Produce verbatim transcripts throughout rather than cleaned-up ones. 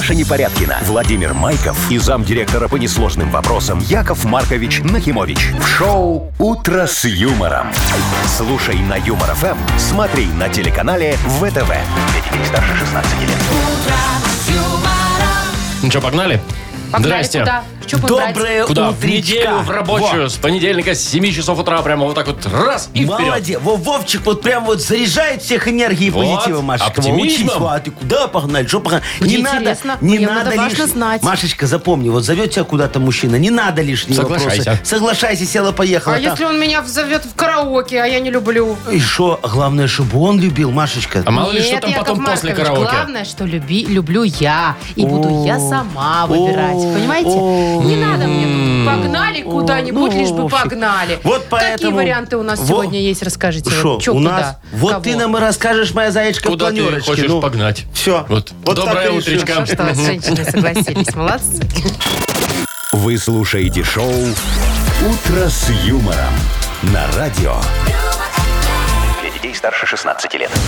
Маша Непорядкина, Владимир Майков и замдиректора по несложным вопросам Яков Маркович Нахимович. В шоу «Утро с юмором». Слушай на Юмор ФМ, смотри на телеканале ВТВ. Для детей старше шестнадцати лет. Ну что, погнали? Погнали, Здрасте. куда? Что выбрать? Доброе Куда? В утречко. неделю, в рабочую, с понедельника, с семи часов утра, прямо вот так вот раз и вперед. Молодец. Во, Вовчик вот прям вот заряжает всех энергией и Вот, позитивом, Машечка. Во, оптимизмом. учись, во, а ты куда погнали? Что погнали? Мне Не надо, интересно. не Мне надо надо важно лишних- знать. Машечка, запомни, вот зовет тебя куда-то мужчина, не надо лишние Соглашайся. вопросы. Соглашайся, села, поехала. А если он меня зовет в караоке, а я не люблю? И что, главное, чтобы он любил, Машечка. А мало ли, что Нет, там Яков потом после Маркович, караоке. главное, что люби, люблю я. И буду О, я сама выбирать. о, Понимаете? о. Не надо мне тут погнали куда-нибудь, ну, лишь бы Вовчик. погнали. Вот Какие поэтому- варианты у нас Во- сегодня есть, расскажите. Шо, Вот, чё, у куда? нас... Вот Кого? ты нам и расскажешь, моя зайчка, Куда ты планерочки. хочешь Ну, погнать? Все. Вот. Доброе утречко. Что, что, женщины согласились, молодцы. Вы слушаете шоу «Утро с юмором» на радио. Для детей старше шестнадцати лет.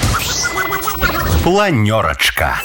Планерочка.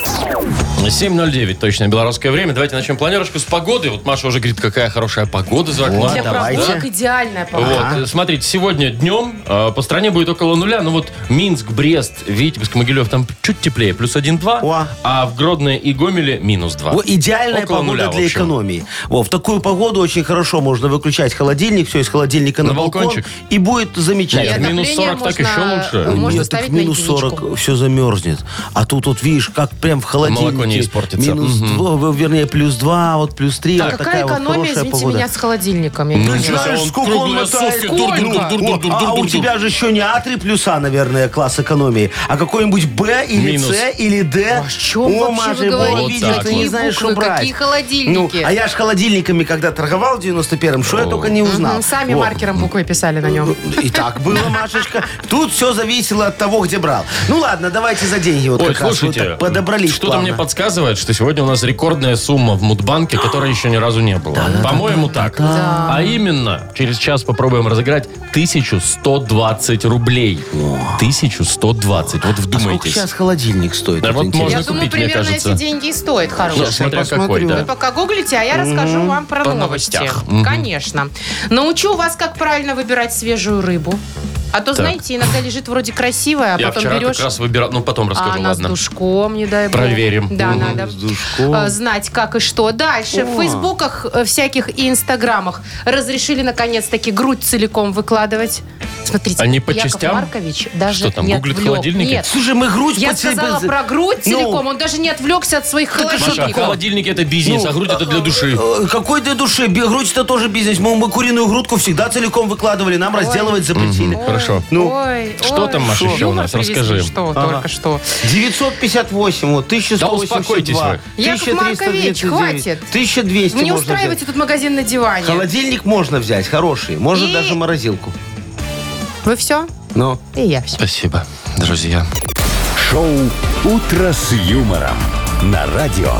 семь ноль девять, точное белорусское время. Давайте начнем планерочку с погоды. Вот Маша уже говорит, какая хорошая погода за окном. Для давайте. прогулок идеальная погода. Вот, э, смотрите, сегодня днем э, по стране будет около нуля, но вот Минск, Брест, Витебск, Могилев там чуть теплее, плюс один два, О. а в Гродно и Гомеле минус два. Во, идеальная Около погода нуля, в для общем. экономии. Во, в такую погоду очень хорошо можно выключать холодильник, все из холодильника на, На балкон, балкончик? и будет замечательно. Нет, минус отопление сорок так еще можно- лучше. Можно Нет, так ставить в минус на единичку. сорок все замерзнет. А тут вот видишь, как прям в холодильнике. Молоко не испортится. Минус Мгм. два, вернее, плюс два, вот плюс три. А вот какая такая вот экономия, хорошая извините погода. меня, с холодильником? Я не Ну, понимаю. ничего себе, Знаешь, он сколько он круглые мотает? сутки. Сколько? Дур-дур-дур-дур-дур-дур-дур. А у тебя же еще не А три плюса, наверное, класс экономии, а какой-нибудь Б или Минус. С или Д. О чем вообще Маша, вы говорите? вот видишь, так ты вот. не знаешь, что Какие буквы, брать. какие холодильники? Ну, а я ж холодильниками, когда торговал в девяносто первом, что я только не узнал. Мгм, Сами Вот. маркером буквой писали на нем. И так было, Машечка. Тут все зависело от того, где брал. Ну ладно, давайте за деньги вот Ой, как раз вот слушайте, так подобрались что-то плавно. мне подсказывает, что сегодня у нас рекордная сумма в Мудбанке, которой еще ни разу не было. По-моему, так. А именно, через час попробуем разыграть тысячу сто двадцать рублей. тысячу сто двадцать. Вот А сколько вдумайтесь. сейчас холодильник стоит? Да это вот интересно? можно Я думаю, купить, мне примерно кажется. эти деньги и стоят Ну, хорошие. смотря посмотрю. какой, Вы да. пока гуглите, а я расскажу вам про По новости. новостях. Мгм. Конечно. Научу вас, как правильно выбирать свежую рыбу. А то, знаете, иногда лежит вроде красивая, а Я потом вчера берешь... как раз выбирал, ну потом А расскажу, она ладно. с душком, не дай бог. Проверим. Да, Мгм. надо С душком. э, знать, как и что. Дальше. В О. фейсбуках э, всяких и инстаграмах разрешили, наконец-таки, грудь целиком выкладывать. Смотрите, А не по Яков частям? Маркович даже Что там, не гуглит отвлек. холодильники? Нет. Слушай, мы грудь Я поцелуем- сказала про грудь Ну, целиком, он даже не отвлекся от своих Маша, холодильников. холодильник это бизнес, Ну, а грудь это для души. э, Какой для души? Би- Грудь это тоже бизнес. Мы, мы куриную грудку всегда целиком выкладывали, нам разделывать запретили. Хорошо. Ну, Ой, что ой, там, Маша, еще у юмор нас? привезли, Расскажи. Что, Ага. только что. девятьсот пятьдесят восемь, вот, тысяча сто восемьдесят два, успокойтесь вы. Яков тысяча триста Маркович, тридцать девять, хватит. тысяча двести Вы не можно устраивайте взять. тут магазин на диване. Холодильник можно взять, хороший. Можно И- даже морозилку. Вы все? Но. И я все. Спасибо, друзья. Шоу «Утро с юмором» на радио.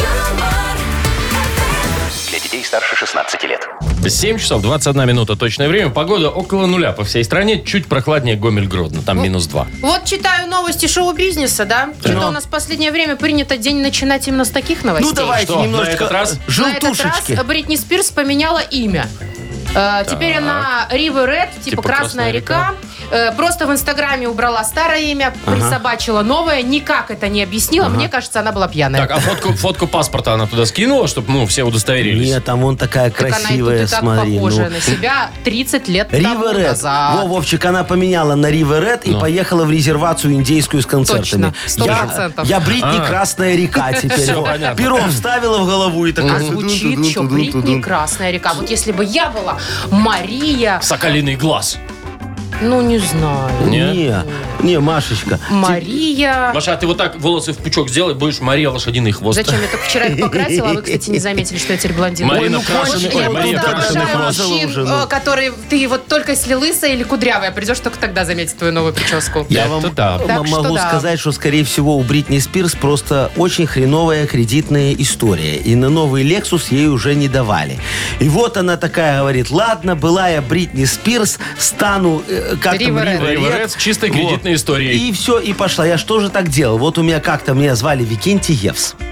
Для детей старше шестнадцати лет. семь часов двадцать одна минута точное время. Погода около нуля по всей стране. Чуть прохладнее Гомель-Гродно. Там минус два. Вот читаю новости шоу-бизнеса, да? Что-то у нас в последнее время принято день начинать именно с таких новостей. Ну давайте Что, на немножечко этот раз? На этот раз желтушечки. Бритни Спирс поменяла имя. Э, Теперь она River Red, типа, Типа Красная Красная река. Э, Просто в Инстаграме убрала старое имя, присобачила новое. Никак это не объяснила. Мне кажется, она была пьяная. Так, а фотку, фотку паспорта она туда скинула, чтобы ну, все удостоверились? Нет, там вон такая Так она и тут красивая, и так смотри. похожая ну. на себя тридцать лет тому River Red. назад. Во, Вовчик, она поменяла на River Red и Ну. поехала в резервацию индейскую с концертами. Точно, сто Я, процентов. я Бритни А. Красная река теперь. Всё Во. понятно. Перо вставила в голову и А такая... звучит что? Бритни Красная река. Вот если бы я была Мария, Соколиный глаз. ну не знаю. Не? Не, не, Машечка. Мария. Маша, а ты вот так волосы в пучок сделай, будешь Мария Лошадиный хвост. Зачем? Я только вчера их покрасила, а вы, кстати, не заметили, что я теперь блондинка. Марина ну, крашеный, кончики, ой, я Мария вот крашеный обожаю хвост. мужчин, мужчин, ну. э, которые ты вот только если лысая или кудрявая придешь, только тогда заметить твою новую прическу. Я Это вам да. Так м- что могу да. сказать, что, скорее всего, у Бритни Спирс просто очень хреновая кредитная история. И на новый Lexus ей уже не давали. И вот она такая говорит, ладно, была я Бритни Спирс, стану э, как там, River Red. River River Red. Red с чистой Вот. кредитной историей. И все, и пошла. Я что же так делал? Вот у меня как-то меня звали Викентий Евс.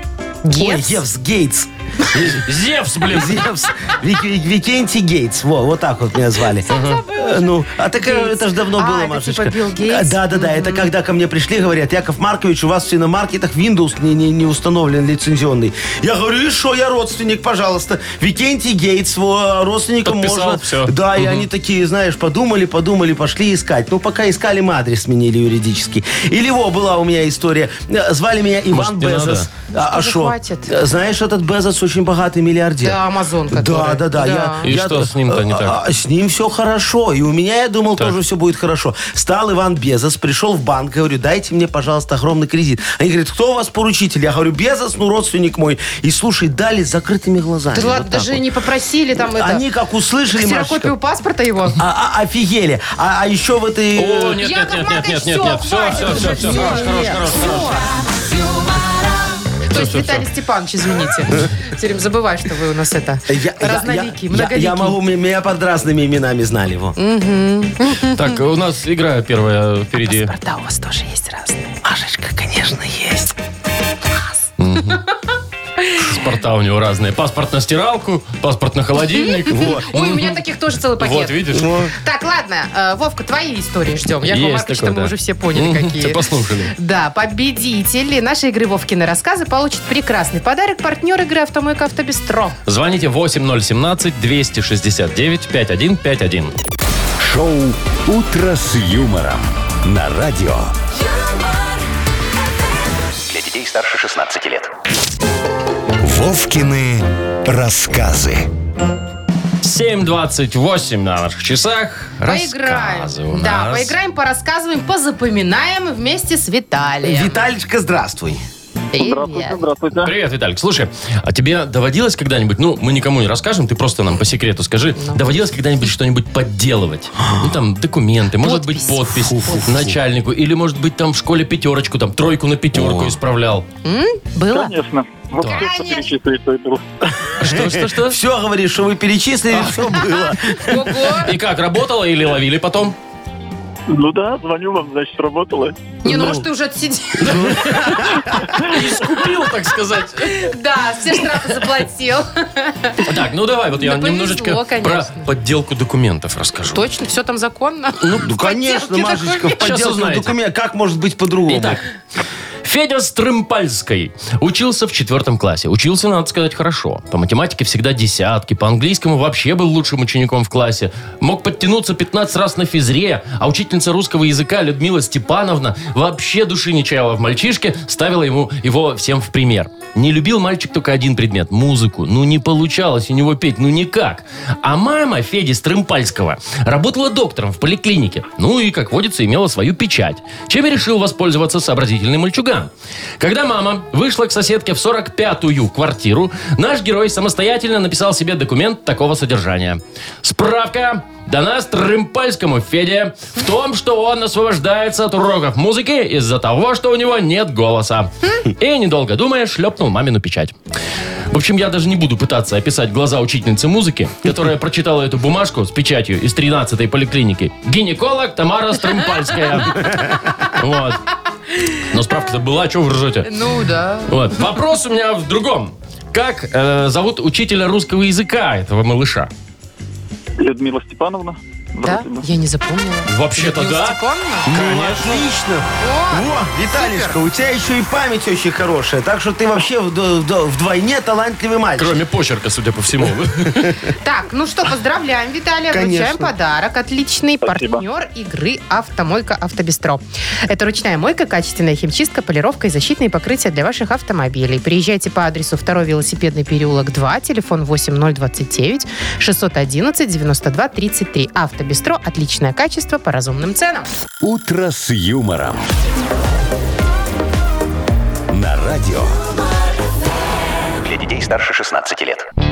Ой, Гетц? Евс Гейтс. Зевс, блин. Зевс. Вик- Вик- Викентий Гейтс. Во, вот так вот меня звали. Э, Ну, а так э, Гейтс. это же давно А, было, это Машечка. типа Билл Гейтс? Да, да, да. Это когда ко мне пришли, говорят, Яков Маркович, у вас в свиномаркетах Windows не, не, не установлен лицензионный. Я говорю, и что, я родственник, пожалуйста. Викентий Гейтс, во, родственникам Подписал, можно. всё. Да, и они такие, знаешь, подумали, подумали, пошли искать. Ну, пока искали, мы адрес сменили юридически. Или во, была у меня история. Э, Звали меня Иван Может, не Безос. А а Уже шо? хватит. Э, Знаешь, этот Безос очень богатый миллиардер. Да, Амазон, Да, который. да, да. Я, И я- что с ним-то не так? а, а, с ним все хорошо. И у меня, я думал, Так. тоже все будет хорошо. Стал Иван Безос, пришел в банк, говорю, дайте мне, пожалуйста, огромный кредит. Они говорят, кто у вас поручитель? Я говорю, Безос, ну, родственник мой. И, слушай, дали с закрытыми глазами. Да Вот ладно, так даже вот. не попросили там это... Они как услышали, Ксерокопию Машечка, паспорта его. а, а- офигели. А, а еще в этой... О, э, нет, нет, Яков нет, нет, Маркович, нет, нет, всё, нет. Все, хватит все, уже, все, все. всё, Хорош, хорош, нет, хорош, хорош. То есть всё, Виталий Степанович, извините. Все время забываю, что вы у нас это я, я- разноликий, я- я, многоликий. я могу, м- меня под разными именами знали его. Так, у нас игра первая впереди. Паспорта у вас тоже есть разные. Машечка, конечно, есть. Паспорта у него разные. Паспорт на стиралку, паспорт на холодильник. Вот. Ой, у меня таких тоже целый пакет. Вот, видишь? Так, ладно, э, Вовка, твои истории ждем. Яков Есть Маркович, такое, мы да. уже все поняли, Мгм, какие. все послушали. Да, победитель нашей игры Вовкины рассказы получит прекрасный подарок. Партнер игры «Автомойка Автобестро». Звоните восемь ноль семнадцать двести шестьдесят девять пятьдесят один пятьдесят один. Шоу «Утро с юмором» на радио. Для детей старше шестнадцати лет. Вовкины рассказы. семь двадцать восемь на наших часах. Поиграем. Рассказы у Да, нас. поиграем, порассказываем, позапоминаем вместе с Виталием. Виталичка, здравствуй. Привет. Здравствуйте. Привет, Виталик. Слушай, а тебе доводилось когда-нибудь, ну, мы никому не расскажем, ты просто нам по секрету скажи, доводилось когда-нибудь что-нибудь подделывать? Ну, там, документы, может быть, Подпись. подпись начальнику, или, может быть, там в школе пятерочку, там, тройку на пятерку исправлял. Было? Конечно. Вот Да. все, что Конечно. перечислили, то и было. Что, что, что? Все, говоришь, что вы перечислили, все было. Ого. И как, работало или ловили потом? Ну да, звоню вам, значит, работало. Не, ну может ты уже отсидел. Искупил, так сказать. Да, все штрафы заплатил. Так, ну давай, вот я Да повезло, немножечко про конечно. подделку документов расскажу. Точно, все там законно. Ну, конечно, Подделки Машечка, в документов. Сейчас подделке узнаете. документ. Как может быть по-другому? Итак, Федя Стрымпальский учился в четвертом классе. Учился, надо сказать, хорошо. По математике всегда десятки, по английскому вообще был лучшим учеником в классе. Мог подтянуться пятнадцать раз на физре, а учительница русского языка Людмила Степановна вообще души не чаяла в мальчишке, ставила ему его всем в пример. Не любил мальчик только один предмет – музыку. Ну, не получалось у него петь, ну никак. А мама Феди Стрымпальского работала доктором в поликлинике. Ну и, как водится, имела свою печать. Чем и решил воспользоваться сообразительный мальчуган. Когда мама вышла к соседке в сорок пятую квартиру, наш герой самостоятельно написал себе документ такого содержания. Справка дана Стрымпальскому Феде в том, что он освобождается от уроков музыки из-за того, что у него нет голоса. И, недолго думая, шлепнул мамину печать. В общем, я даже не буду пытаться описать глаза учительницы музыки, которая прочитала эту бумажку с печатью из тринадцатой поликлиники. Гинеколог Тамара Стрымпальская. Вот. Но справка-то была, что вы ржете? Ну да. Вот. Вопрос у меня в другом. Как э, зовут учителя русского языка этого малыша? Людмила Степановна. Да? Вроде бы. Я не запомнила. Вообще-то Людмила да. Степановна? Ну, отлично. О, Во, Виталишка, у тебя еще и память очень хорошая. Так что ты вообще вд- вд- вдвойне талантливый мальчик. Кроме почерка, судя по всему. Так, ну что, поздравляем, Виталия. Конечно. Вручаем подарок. Отличный Спасибо. партнер игры «Автомойка Автобестро». Это ручная мойка, качественная химчистка, полировка и защитные покрытия для ваших автомобилей. Приезжайте по адресу второй велосипедный переулок два, телефон восемь ноль двадцать девять шестьсот одиннадцать девяносто два тридцать три. «Автобестро» – отличное качество по разумным ценам. «Утро с юмором». На радио. Для детей старше шестнадцати лет.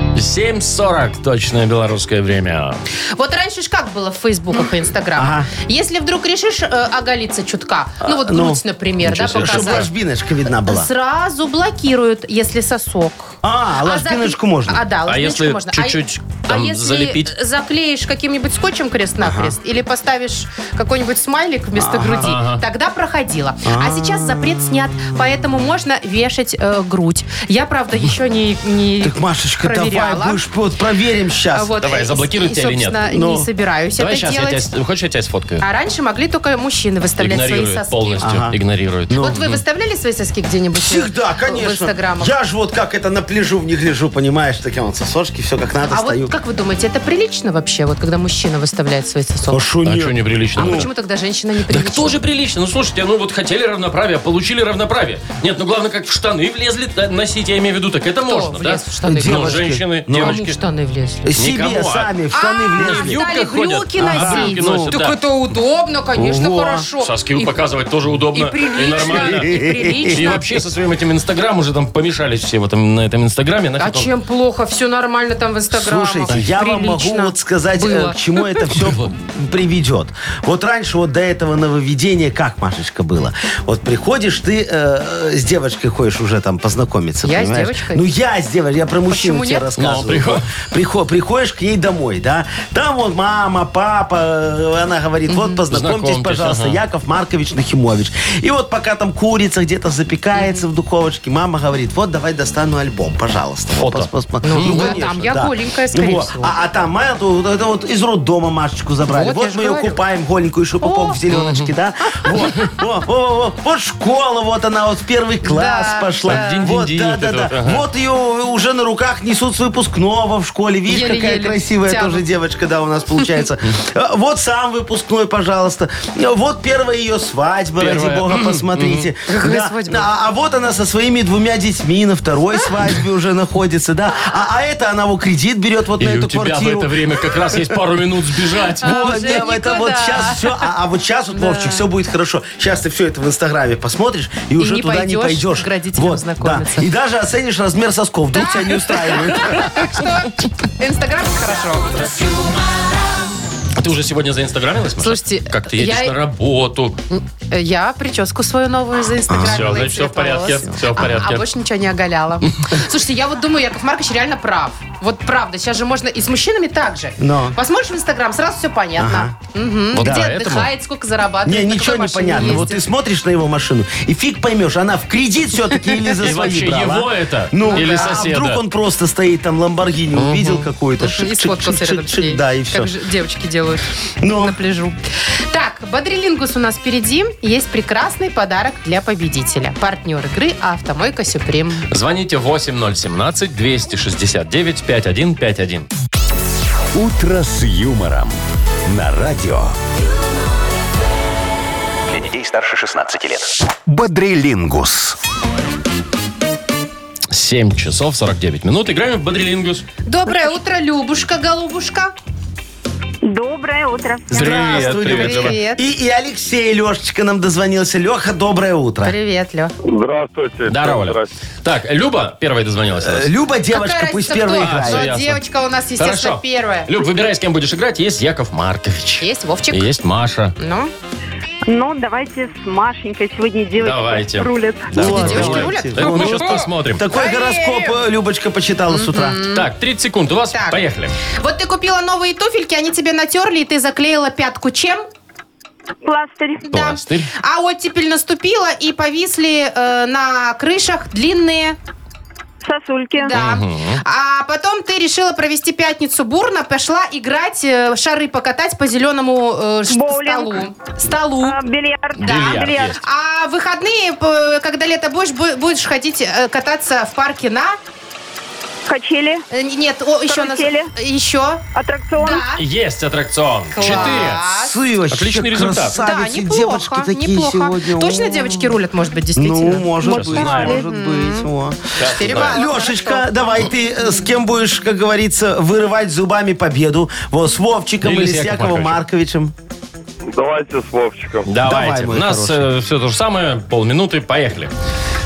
семь сорок, точное белорусское время. Вот раньше ж как было в Фейсбуках и Инстаграмах? Ага. Если вдруг решишь э, оголиться чутка, ну вот ну, грудь, например, да, ничего себе. Чтобы показать, ложбиночка видна была. сразу блокируют, если сосок. А, ложбиночку за- можно. А, да, А ложбиночку если можно. чуть-чуть а, там а если залепить? заклеишь каким-нибудь скотчем крест-накрест или поставишь какой-нибудь смайлик вместо груди, Ага. тогда проходило. А сейчас запрет снят, поэтому можно вешать э, грудь. Я, правда, еще не, не Так, Машечка, проверяла. давай, будешь, вот проверим сейчас. А вот, Давай, и- заблокируют и, тебя или нет? собственно, Ну. не собираюсь Давай это сейчас я делать. тебя... Хочешь, я тебя сфоткаю? А раньше могли только мужчины выставлять свои Игнорирует соски. полностью. Ага. Игнорирует. Вот вы выставляли свои соски где-нибудь? Всегда, в- В конечно. Инстаграмах? Я же вот как это на пляжу в них лежу, понимаешь, такие вот сосочки, все как надо, А стою. вот как вы думаете, это прилично вообще, вот когда мужчина выставляет свои соски? А шо А нет? что неприлично? А почему тогда женщина не Да прилично? кто же прилично? Ну, слушайте, ну вот хотели равноправие, получили равноправие. Нет, ну главное, как в штаны влезли да, носить, я имею в виду, так это Кто можно, влез да? в штаны? Ну, Девочки. женщины, Ну, Кому девочки. в штаны влезли? Себе Никому, а- сами в штаны в влезли. юбках Стали ходят. брюки Ага, носить. брюки носят, Так да. это удобно, конечно, Во. хорошо. Соски И- показывать тоже удобно. И прилично, нормально. и прилично. И вообще со своим этим инстаграм уже там помешались все в этом, на этом инстаграме. А нафиг он- чем плохо? Все нормально там в Инстаграме. Слушайте, я вам могу вот сказать, э, к чему это все приведет. Вот раньше вот до этого нововведения как, Машечка, было? Вот приходишь, ты э, с девочкой ходишь уже там познакомиться, Я с понимаешь? девочкой? Ну, я с девочкой, я про мужчину Почему тебе нет? рассказываю. Ну, приход- Приход- приходишь к ней домой, да? Там вот мама, папа, э, она говорит, вот познакомьтесь, Знакомьтесь, пожалуйста, ага. Яков Маркович Нахимович. И вот пока там курица где-то запекается в духовочке, мама говорит, вот давай достану альбом, пожалуйста. Фото. Вот, пос- пос- Ну, да, конечно, там я да. голенькая, скорее Вот. всего. А, а там, а, вот, это вот из роддома Машечку забрали. Вот, Вот, я же мы ее говорю. купаем голенькую, еще пупок О. в зеленочке, да? Вот, вот, вот, вот, вот школа, вот она вот в первый класс Да, пошла. да. Вот, Динь-динь-динь, да, вот да, это да. вот, ага. Вот ее уже на руках несут с выпускного в школе. Видишь, какая Еле-еле красивая тянут. тоже девочка, да, у нас получается. А, Вот сам выпускной, пожалуйста. Вот первая ее свадьба, ради Первая. бога, посмотрите. Какая Да. свадьба? А, а вот она со своими двумя детьми на второй свадьбе уже находится, да. А, а это она вот кредит берет вот на Или эту у тебя квартиру. в это время как раз есть пару минут сбежать. А, Вот, уже не, это вот никуда. сейчас все. А, а вот сейчас вот, Вовчик, все будет хорошо. Сейчас ты все это в Инстаграме посмотришь и, уже не туда не пойдешь пойдешь. к родителям Вот, знакомиться. да. И даже оценишь размер сосков. Вдруг тебя не устраивает. Что? Инстаграм хорошо. А ты уже сегодня заинстаграмилась, Маша? Слушайте, Как ты едешь я- на работу? Я прическу свою новую заинстаграмила. Всё, и значит, всё в цвет порядке, волос. всё в А- порядке. А, больше ничего не оголяла. Слушайте, я вот думаю, Яков Маркович реально прав. Вот правда, сейчас же можно и с мужчинами так же. Но. Посмотришь в Инстаграм, сразу все понятно. Мгм. Вот Где поэтому- отдыхает, сколько зарабатывает, Не, на ничего какой не машине понятно. Вот ты ездит. смотришь на его машину, и фиг поймешь, она в кредит все-таки или за И свои вообще, брала. его это Ну, или а соседа? вдруг он просто стоит там, Ламборгини увидел какую-то. И шик, сфоткался шик, рядом шик, с ней. шик, да, и все. Как же девочки делают Ну. на пляжу. Так, Бодрилингус у нас впереди. Есть прекрасный подарок для победителя. Партнер игры «Автомойка Сюприм». Звоните восемь ноль семнадцать двести шестьдесят девять пятьдесят один пятьдесят один. «Утро с юмором» на радио. Для детей старше шестнадцати лет. Бодрилингус. семь часов сорок девять минут. Играем в Бодрилингус. Доброе утро, Любушка, голубушка. Доброе утро. Здравствуй, привет, Любочка. Привет. И, и Алексей Лешечка нам дозвонился. Леха, доброе утро. Привет, Лё. Здравствуйте. Здорово, Лё. Здрасте. Так, Люба первая дозвонилась. у нас. Э, Люба, девочка, Какая пусть разница, первая кто? играет. Ну, Всё ясно. девочка у нас, естественно, Хорошо. первая. Люб, выбирай, с кем будешь играть. Есть Яков Маркович. Есть Вовчик. И есть Маша. Ну, Ну, давайте с Машенькой. Сегодня девочки Давайте. рулят. Сегодня девочки давайте. рулят? Так мы Ну, сейчас посмотрим. Такой гороскоп э, Любочка почитала с утра. Так, тридцать секунд у вас. Так. Поехали. вот ты купила новые туфельки, они тебе натерли, и ты заклеила пятку чем? Пластырь. Да. Пластырь. А оттепель наступила, и повисли э, на крышах длинные... Сосульки. Да. А потом ты решила провести пятницу бурно, пошла играть, э, шары покатать по зеленому э, ш- Боулинг. столу. Столу. А, бильярд. Бильярд есть. А в выходные, п- когда лето будешь, бу- будешь ходить э, кататься в парке на... Качели. э, Нет, о, еще... на- Карусели. Еще. Аттракцион. Да. Есть аттракцион. Класс. Четыре. Сы, вообще Отличный результат. Да, красавицы, неплохо, девочки такие неплохо. сегодня. Точно О. девочки рулят, может быть, действительно? Ну, может Сейчас быть, узнаем. может быть. О. Четыре Да. балла. Лешечка, давай ты э, с кем будешь, как говорится, вырывать зубами победу? Вот с Вовчиком Или или, с с Яковом Яковом Марковичем? Давайте с Вовчиком. Давайте. Давай, мой У нас хороший. все то же самое. Полминуты. Поехали.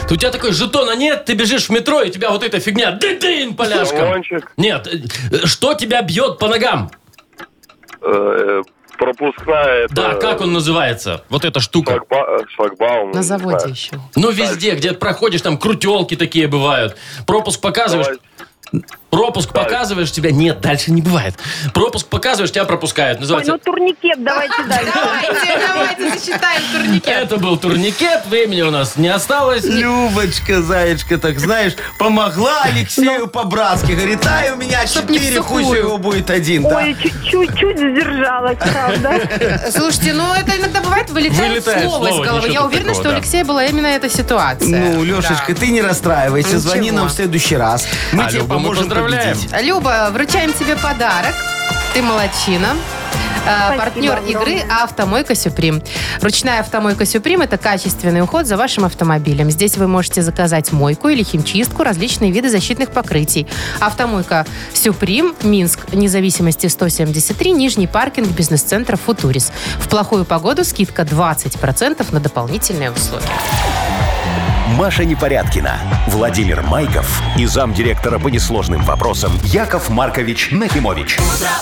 У тебя такой жетона нет, ты бежишь в метро, и у тебя вот эта фигня, дын-дын, поляшком. Баллончик. Нет, э, что тебя бьет по ногам? Э, пропускная. это Да, как он называется? Вот эта штука. шлагба- Шлагбаум. На не заводе знаю. еще. Ну, везде, где проходишь, там крутелки такие бывают. Пропуск показываешь. Давай. Пропуск показываешь, тебя... Нет, дальше не бывает. Пропуск показываешь, тебя пропускают. Ой, Называется... ну турникет, давайте дальше. Давайте, давайте засчитаем турникет. Это был турникет, времени у нас не осталось. Любочка, зайчка, так знаешь, помогла Алексею по-братски. Говорит, ай, у меня Чтоб не в четыре, пусть сухую. его будет один. Да. Ой, чуть- чуть-чуть сдержалась, правда. Слушайте, ну это иногда бывает, вылетает, Вылетает слово, слово, из головы. ничего Я тут уверена, такого, что у да. Алексея была именно эта ситуация. Ну, Лешечка, Да. ты не расстраивайся, звони Ничего. нам в следующий раз. Мы А тебе Любу мы поможем поздравляем. победить. Люба, вручаем тебе подарок. Ты молодчина. Э, Спасибо Партнер огромное. игры «Автомойка Сюприм». Ручная «Автомойка Сюприм» — это качественный уход за вашим автомобилем. Здесь вы можете заказать мойку или химчистку, различные виды защитных покрытий. «Автомойка Сюприм», Минск, независимости сто семьдесят три, Нижний паркинг, бизнес-центр «Футурис». В плохую погоду скидка двадцать процентов на дополнительные услуги. Маша Непорядкина, Владимир Майков и замдиректора по несложным вопросам Яков Маркович Нахимович.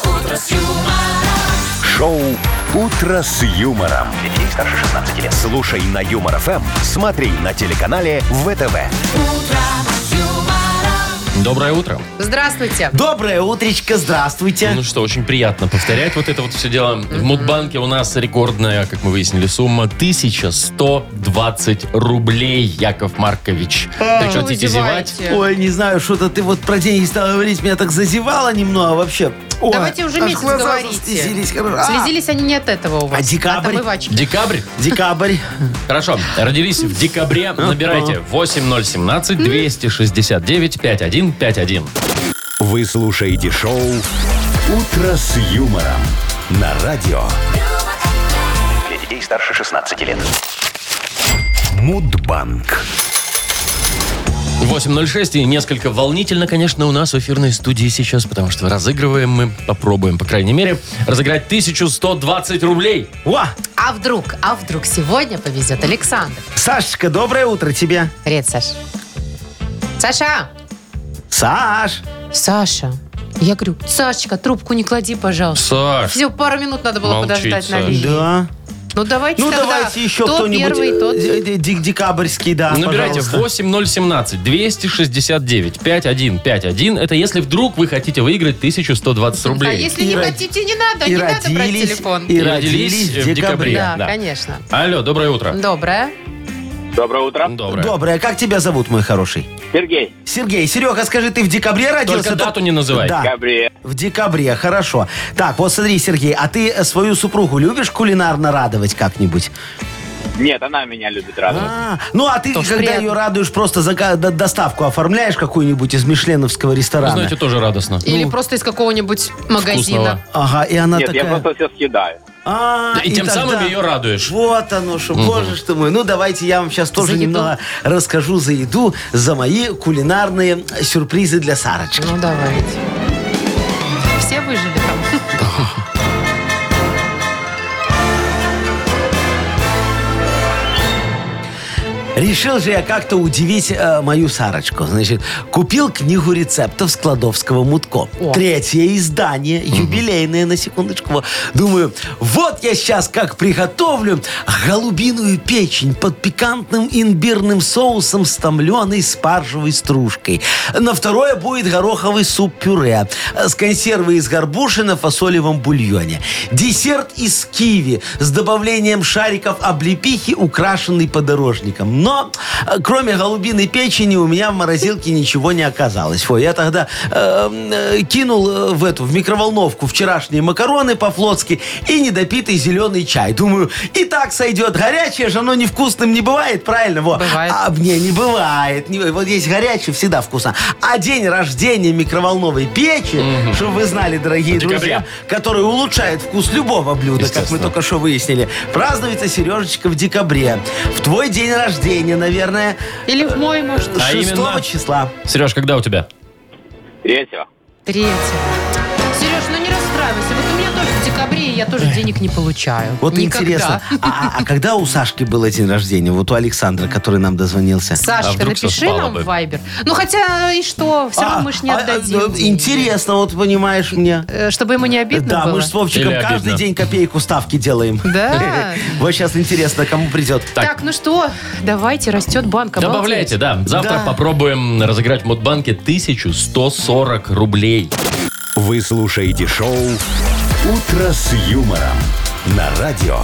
Шоу «Утро с юмором». Для детей старше шестнадцати лет. Слушай на Юмор ФМ, смотри на телеканале ВТВ. Доброе утро. Здравствуйте. Доброе утречко, здравствуйте. Ну что, очень приятно повторять вот это вот все дело. В Мудбанке у нас рекордная, как мы выяснили, сумма тысяча сто двадцать рублей, Яков Маркович. Прекратите Вы зевать. зеваете. Ой, не знаю, что-то ты вот про деньги стала говорить, меня так зазевало немного вообще. Ой, Давайте уже аж месяц глаза говорите. заслезились. А, Слезились они не от этого у вас. А декабрь? От омывачки. Декабрь. Декабрь. Хорошо. Родились в декабре. Набирайте восемь ноль семнадцать двести шестьдесят девять пятьдесят один пятьдесят один. Вы слушаете шоу «Утро с юмором» на радио Для детей старше шестнадцати лет. Мудбанк. восемь ноль шесть, и несколько волнительно, конечно, у нас в эфирной студии сейчас, потому что разыгрываем мы, попробуем, по крайней мере, разыграть тысячу сто двадцать рублей. О, А вдруг, а вдруг сегодня повезет Александр? Сашечка, доброе утро тебе. Привет, Саш. Саша! Саш. Саша! Я говорю, Сашечка, трубку не клади, пожалуйста. Саш, Всего пару минут надо было Молчит, подождать на Саш. линии. Да. Ну давайте Ну, тогда. давайте еще Кто кто-нибудь. первый, тот... э, э, дек- Декабрьский, да, набирайте пожалуйста. восемь ноль семнадцать двести шестьдесят девять пятьдесят один пятьдесят один. Это если вдруг вы хотите выиграть тысячу сто двадцать А рублей. если И не род- хотите, не надо, И не надо брать родились, телефон. и И родились в декабре. Да, да. конечно. Алло, доброе утро. Доброе. Доброе утро. Доброе. Доброе. Как тебя зовут, мой хороший? Сергей. Сергей. Серега, скажи, ты в декабре родился? Только дату не называй. Да. Габриэль. В декабре, хорошо. Так, вот смотри, Сергей, а ты э, свою супругу любишь кулинарно радовать как-нибудь? Нет, она меня любит радовать. А, ну, а ты, Тоже когда приятно. ее радуешь, просто зака- д- доставку оформляешь какую-нибудь из мишленовского Вы ресторана? знаете, тоже радостно. Или просто из какого-нибудь магазина. Вкусного. Ага, и она Нет, такая... я просто все съедаю. А, И тем тогда- самым ее радуешь. Вот оно что, боже ж ты мой. Ну, давайте я вам сейчас тоже За еду? немного расскажу за еду, за мои кулинарные сюрпризы для Сарочки. Ну давайте. Все выжили там. Решил же я как-то удивить э, мою Сарочку. Значит, купил книгу рецептов Складовского Мутко. О. Третье издание, юбилейное, на секундочку. Думаю, вот я сейчас как приготовлю голубиную печень под пикантным имбирным соусом с томленой спаржевой стружкой. На второе будет гороховый суп-пюре с консервой из горбуши на фасолевом бульоне. Десерт из киви с добавлением шариков облепихи, украшенный подорожником. Но, э, кроме голубиной печени, у меня в морозилке ничего не оказалось. Фу, я тогда э, э, кинул э, в эту, в микроволновку вчерашние макароны по-флотски и недопитый зеленый чай. Думаю, и так сойдет. Горячее же оно невкусным не бывает, правильно? Во. Бывает. А мне не бывает. Не- вот есть горячее, всегда вкусно. А день рождения микроволновой печи, чтобы вы знали, дорогие В декабре. друзья, который улучшает вкус любого блюда, как мы Естественно. только что выяснили, празднуется, Сережечка, в декабре. В твой день рождения, наверное, Или в мой, может. А шестого именно? числа. Сереж, когда у тебя? Третьего. Третье. Сереж, ну не расстраивайся. Вот у меня тоже в декабре аварии я тоже денег не получаю. Вот Никогда. интересно, а, а- а когда у Сашки было день рождения? Вот у Александра, который нам дозвонился. А Сашка, вдруг напиши совпало нам бы? в Вайбер. Ну, хотя и что, все равно А, мы ж не а, отдадим. а, деньги. Интересно, вот понимаешь мне. Э, Чтобы ему не обидно Да, было? мы же с Вовчиком Или каждый обидно. день копейку ставки делаем. Да. Вот сейчас интересно, кому придет. Так. ну что, давайте, растет банк. обалдеть. Добавляйте, да. Завтра Да. попробуем разыграть в Мудбанке тысячу сто сорок рублей. Вы слушаете шоу «Утро с юмором» на радио.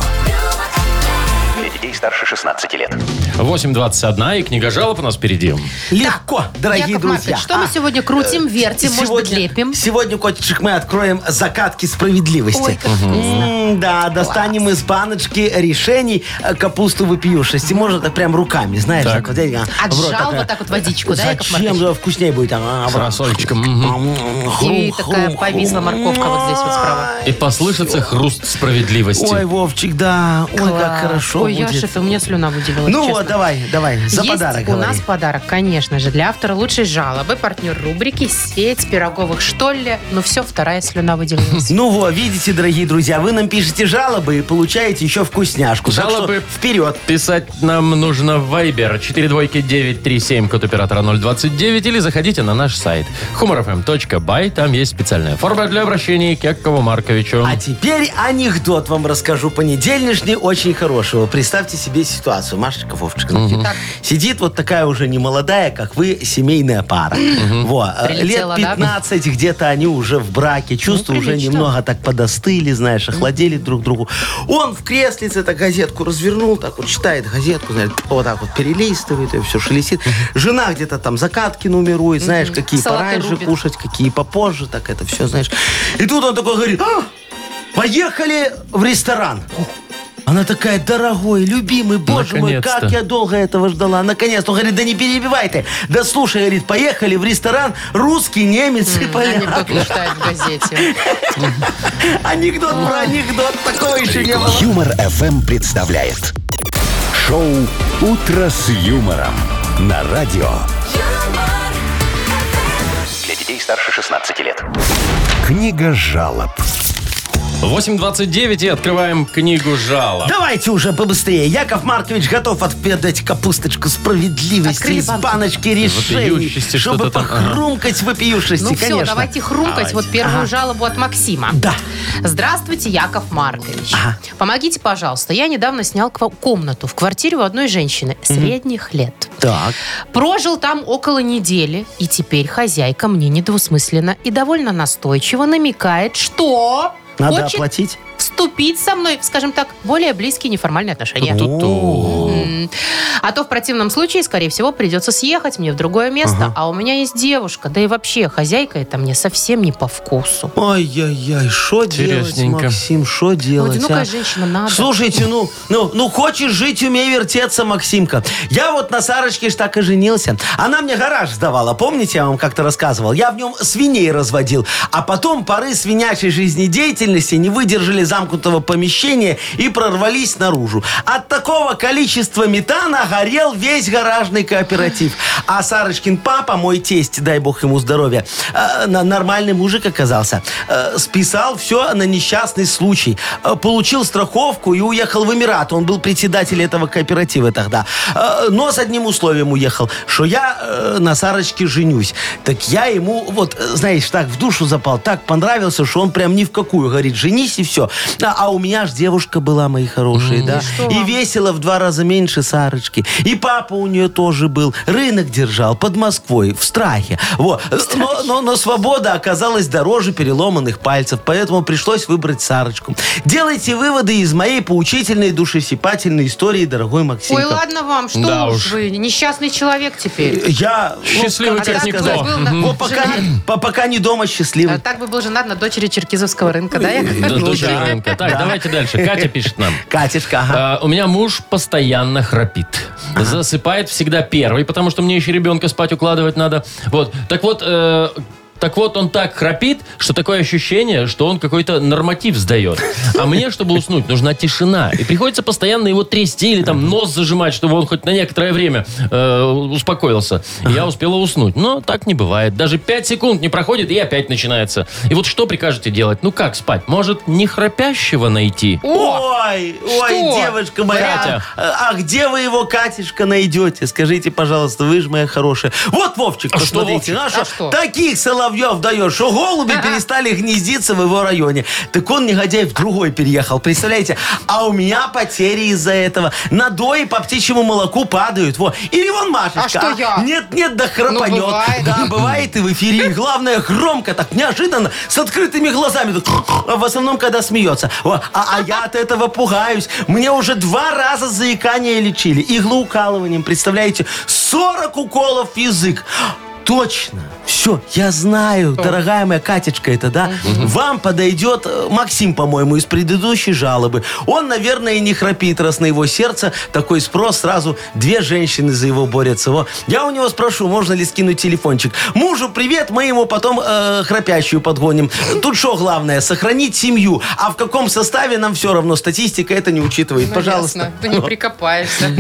Для детей старше шестнадцати лет. восемь двадцать один, и книга жалоб у нас впереди. Легко, дорогие Яков друзья. Маркович, что мы А, сегодня крутим, вертим, может быть, лепим? Сегодня, котичек, мы откроем закатки справедливости. Ой, как вкусно. М, Да, достанем из баночки решений э, капусту вопиюшести. Можно так прям руками, знаешь. Так. так вот, э, в рот Отжал такая. вот так вот водичку, да, Яков Зачем? Маркович? Да, вкуснее будет. А, С рассольчиком. Мгм. И такая повисла морковка вот здесь вот справа. И послышится хруст справедливости. Ой, Вовчик, да. Ой, как Класс. хорошо Ой, будет. я что-то, у меня слюна выделилась, Ну честно. вот, давай, давай, за Есть подарок у говори. нас подарок, конечно же, для автора лучшей жалобы, партнер рубрики «Сеть пироговых, что ли?» Ну все, вторая слюна выделилась. Ну вот, видите, дорогие друзья, вы нам пишете жалобы и получаете еще вкусняшку. Так Жалобы что вперед. Писать нам нужно в Viber четыре двойки девять три семь, код оператора ноль двадцать девять, или заходите на наш сайт humor f m точка by. Там есть специальная форма для обращения к Якову Марковичу. А теперь анекдот вам расскажу понедельничный, очень хорошего. Представьте себе ситуацию. Машечка, Вовчика. значит, Так. Сидит вот такая уже немолодая, как вы, семейная пара. Во, э, лет Прилетела, да? пятнадцать где-то они уже в браке. Чувства уже прилично. немного так подостыли, знаешь, охладели друг другу. Он в креслице так газетку развернул, так вот читает газетку, знаешь, вот так вот перелистывает, и все шелестит. Жена где-то там закатки нумерует, знаешь, какие Салаты пораньше рубит. кушать, какие попозже, так это все, знаешь. И тут он такой говорит: «А, поехали в ресторан». Она такая: дорогой, любимый, боже мой, Наконец-то. как я долго этого ждала. Наконец-то. Он говорит: да не перебивай ты. Да слушай, говорит, поехали в ресторан русский, немец и поляк. Анекдот не читает в газете. Анекдот про анекдот. Такого еще не было. Юмор эф эм представляет шоу «Утро с юмором» на радио. Для детей старше шестнадцати лет. Книга жалоб. восемь двадцать девять, и открываем книгу жалоб. Давайте уже побыстрее. Яков Маркович готов отведать капусточку справедливости Открыли из банку. баночки решений, Вопиющести чтобы что-то там, ага. похрумкать вопиюшести, Ну все, конечно. давайте хрумкать. Давайте. Вот первую жалобу от Максима. Да. Здравствуйте, Яков Маркович. Ага. Помогите, пожалуйста. Я недавно снял ква- комнату в квартире у одной женщины средних лет. Так. Прожил там около недели, и теперь хозяйка мне недвусмысленно и довольно настойчиво намекает, что Надо хочет оплатить. вступить со мной, скажем так, в более близкие неформальные отношения. Ту-ту. М. А то в противном случае, скорее всего, придется съехать мне в другое место. А у меня есть девушка, да и вообще хозяйка это мне совсем не по вкусу. Ой-ой-ой, что делать, Интересненько. Максим, что Ну, делать, одинокая а? женщина, надо. Слушайте, ну, ну, ну, хочешь жить, умей вертеться, Максимка. Я вот на Сарочке ж так и женился. Она мне гараж сдавала, помните, я вам как-то рассказывал? Я в нем свиней разводил. А потом поры свинячей жизнедеятельности не выдержали замкнутого помещения и прорвались наружу. От такого количества метана горел весь гаражный кооператив. А Сарочкин папа, мой тесть, дай бог ему здоровья, э, на- нормальный мужик оказался. Э, списал все на несчастный случай. Э, получил страховку и уехал в Эмираты. Он был председателем этого кооператива тогда. Э, но с одним условием уехал, что я э, на Сарочке женюсь. Так я ему, вот, э, знаешь, так в душу запал, так понравился, что он прям ни в какую говорит: женись и все. А, а у меня ж девушка была, мои хорошие, да. что И вам? весила в два раза меньше Сарочки. И папа у нее тоже был. Рынок держал под Москвой, в страхе. Вот. Но, но, но свобода оказалась дороже переломанных пальцев, поэтому пришлось выбрать Сарочку. Делайте выводы из моей поучительной, душесипательной истории, дорогой Максимка. Ой, ладно вам, что Да уж уж. вы, несчастный человек теперь. Я... ну, Счастливый А как так никто. бы был на- вот пока, по- пока не дома счастливый. А так бы был женат на дочери Черкизовского рынка, да? Яков Да, Маркович? дочери да. рынка. Так, Да. давайте дальше. Катя пишет нам. Катюшка, ага. А, у меня муж постоянно храпит. Засыпает всегда первый, потому что мне еще ребенка спать укладывать надо. Вот. Так вот, э, Так вот, он так храпит, что такое ощущение, что он какой-то норматив сдает. А мне, чтобы уснуть, нужна тишина. И приходится постоянно его трясти или там нос зажимать, чтобы он хоть на некоторое время э, успокоился. И я успела уснуть. Но так не бывает. Даже пять секунд не проходит, и опять начинается. И вот что прикажете делать? Ну как спать? Может, не храпящего найти? Ой, ой, Что? девочка моя, Катя. а, а где вы его, Катюшка, найдете? Скажите, пожалуйста, вы же моя хорошая. Вот, Вовчик, А что, посмотрите, Вовчик? ну, А что? таких соловьев даешь, что голуби перестали гнездиться в его районе. Так он, негодяй, в другой переехал, представляете? А у меня потери из-за этого. Надои по птичьему молоку падают. Во. Или вон Машечка. А что я? Нет-нет, да храпанет. Ну, бывает. Да, бывает и в эфире. И главное, громко, так неожиданно, с открытыми глазами. Так, в основном, когда смеется. Во. А, а я от этого пугаюсь. Мне уже два раза заикание лечили. Иглоукалыванием, представляете? сорок уколов в язык. Точно. Все, я знаю, дорогая моя Катечка это, да? Вам подойдет э, Максим, по-моему, из предыдущей жалобы. Он, наверное, и не храпит, раз на его сердце такой спрос. Сразу две женщины за его борются. Во. Я у него спрошу, можно ли скинуть телефончик. Мужу привет, мы ему потом э, храпящую подгоним. Тут что главное? Сохранить семью. А в каком составе нам все равно. Статистика это не учитывает. Ну, Пожалуйста. ясно. Ты не прикопаешься.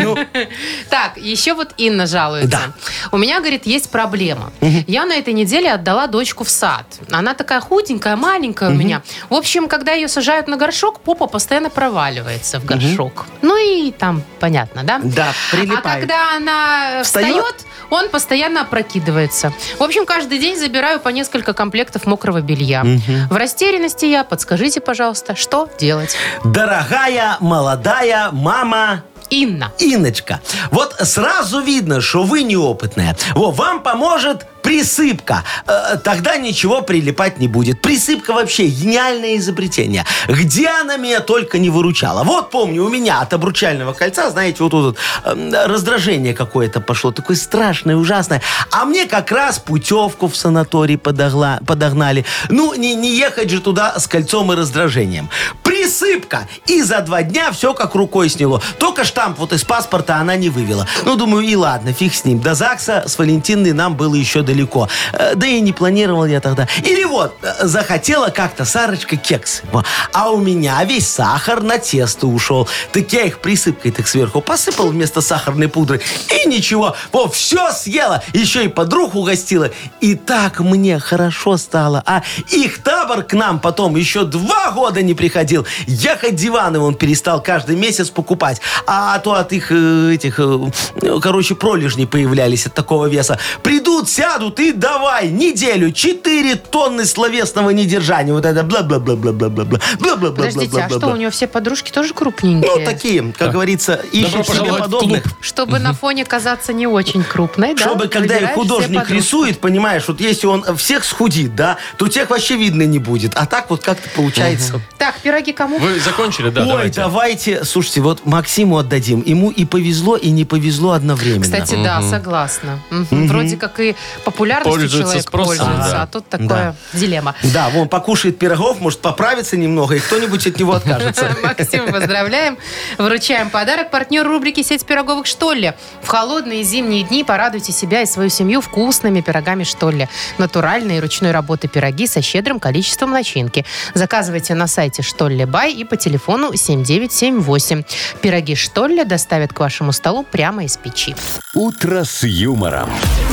Так, еще вот Инна жалуется. Да. У меня, говорит, есть проблема. Я на этой неделе отдала дочку в сад. Она такая худенькая, маленькая у меня. В общем, когда ее сажают на горшок, попа постоянно проваливается в горшок. Ну и там, понятно, да? Да, А прилипает. когда она Встает? встает, он постоянно опрокидывается. В общем, каждый день забираю по несколько комплектов мокрого белья. В растерянности я. Подскажите, пожалуйста, что делать? Дорогая, молодая мама... Инна. Инночка, вот сразу видно, что вы неопытная. Во, вам поможет присыпка. Э, тогда ничего прилипать не будет. Присыпка вообще гениальное изобретение. Где она меня только не выручала. Вот помню, у меня от обручального кольца, знаете, вот тут вот, э, раздражение какое-то пошло. Такое страшное, ужасное. А мне как раз путевку в санаторий подогла, подогнали. Ну, не, не ехать же туда с кольцом и раздражением. Присыпка. И за два дня все как рукой сняло. Только штамп вот из паспорта она не вывела. Ну, думаю, и ладно, фиг с ним. До ЗАГСа с Валентиной нам было еще далеко. Э, Да и не планировал я тогда. Или вот, э, захотела как-то Сарочка кексы. Во. А у меня весь сахар на тесто ушел. Так я их присыпкой так сверху посыпал вместо сахарной пудры. И ничего. Во, все съела. Еще и подруг угостила. И так мне хорошо стало. А их табор к нам потом еще два года не приходил. Я хоть диваны он перестал каждый месяц покупать. А то от их э, этих, э, короче, пролежней появлялись от такого веса. Придут, сядут и давай неделю четыре тонны словесного недержания. Вот это бла-бла-бла-бла-бла-бла. Подождите, а что, у нее все подружки тоже крупненькие? Ну, такие, как говорится, ищут себе пожаловать в подобных. Чтобы на фоне казаться не очень крупной, да? Чтобы, когда их выбираешь художник себе подружку. рисует, понимаешь, вот если он всех схудит, да, то тех вообще видно не будет. А так вот как-то получается. Так, пироги кому? Вы закончили, да? Ой, давайте. давайте, слушайте, вот Максиму отдадим. Ему и повезло, и не повезло одновременно. Кстати, да, согласна. Мгм. Вроде как и популярностью Пользуется человек спросом, пользуется, да. а тут такое дилемма. Да, вон покушает пирогов, может поправиться немного, и кто-нибудь от него откажется. Максим, поздравляем. Вручаем подарок. Партнер рубрики «Сеть пироговых Штолле». В холодные зимние дни порадуйте себя и свою семью вкусными пирогами Штолле. Натуральные ручной работы пироги со щедрым количеством начинки. Заказывайте на сайте Штолле Бай и по телефону семь девять семь восемь. Пироги Штолле доставят к вашему столу прямо из печи. «Утро с юмором».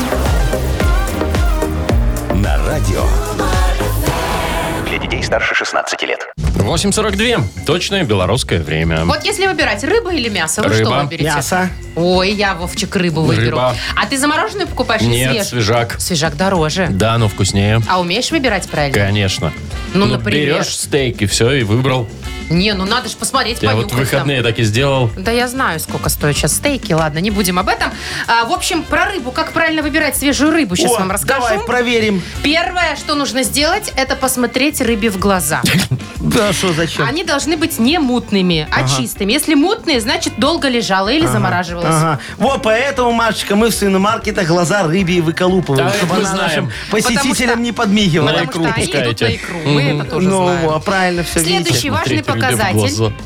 На радио. Для детей старше шестнадцати лет. восемь сорок два. Точное белорусское время. Вот если выбирать, рыба или мясо, вы Рыба. что выберете? Мясо. Ой, я, Вовчик, рыбу выберу. Рыба. А ты замороженную покупаешь или Нет, свежую? свежак. Свежак дороже. Да, но вкуснее. А умеешь выбирать правильно? Конечно. Ну, например? берешь стейк и все, и выбрал. Не, ну надо же посмотреть, Я вот понюхать в выходные так и сделал. там. Да я знаю, сколько стоят сейчас стейки. Ладно, не будем об этом. А, в общем, про рыбу. Как правильно выбирать свежую рыбу, сейчас О, вам расскажу. давай проверим. Первое, что нужно сделать, это посмотреть рыбе в глаза. Да, что, зачем? Они должны быть не мутными, а чистыми. Если мутные, значит долго лежала или замораживалась. Ага. Вот поэтому, Машечка, мы в свиномаркетах глаза рыбе и выколупываем, Да, это чтобы мы она знаем. нашим Потому посетителям что- не подмигивала. На Потому икру что они идут пускаете. на икру. Мы это тоже Ну, знаем. во, правильно все Следующий видите. важный Смотреть рыбе в показатель. глаза.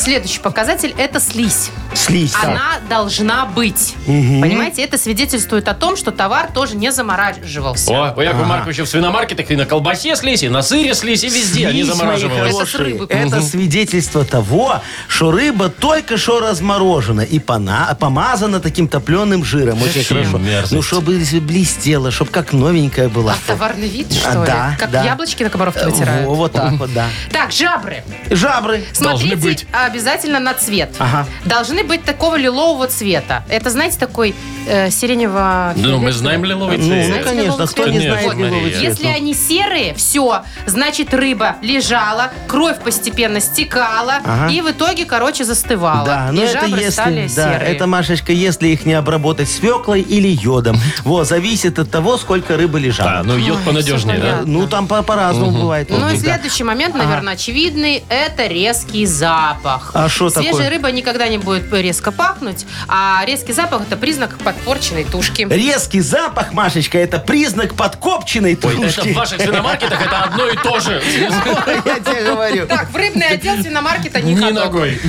Следующий показатель – это слизь. Слизь, так. Она должна быть. Понимаете, это свидетельствует о том, что товар тоже не замораживался. О, у Якова Марковича в свиномаркетах и на колбасе слизь, и на сыре слизь, и везде они Слизь, мои замораживались. Это с хорошие, рыбы. это Мгм. свидетельство того, что рыба только что разморожена и пона- помазана таким топленым жиром. Очень Зачем хорошо. мерзость? Ну, чтобы блестела, чтобы как новенькая была. А товарный вид, что А, ли? да, Как да. яблочки на комаровке вытирают. Во, вот так вот, да. Так, жабры. Жабры. Смотрите Должны быть. обязательно на цвет. Ага. Должны быть такого лилового цвета. Это, знаете, такой э, сиренево... Ну, мы знаем лиловый Ну, цвет. Знаете, конечно, лиловый кто цвет? не Конечно, знает лиловый Мария. цвет. Если ну. они серые, все, значит, рыба лежала, кровь постепенно стекала, Ага. и в итоге, короче, застывала. Да, но и это жабры стали если, да, серые. это, Машечка, если их не обработать свеклой или йодом. Вот, зависит от того, сколько рыбы Да, лежало. ну йод понадежнее, всё да? понятно. Ну, там по- по-разному бывает. Ну и может быть, да. следующий момент, наверное, очевидный, это резкий запах. А шо Свежая такое? рыба никогда не будет резко пахнуть, а резкий запах – это признак подпорченной тушки. Резкий запах, Машечка, это признак подкопченной Ой, это тушки. в ваших свиномаркетах это одно и то же. Ой, я тебе говорю. Так, в рыбный отдел свиномаркета не Ни ходок. ногой.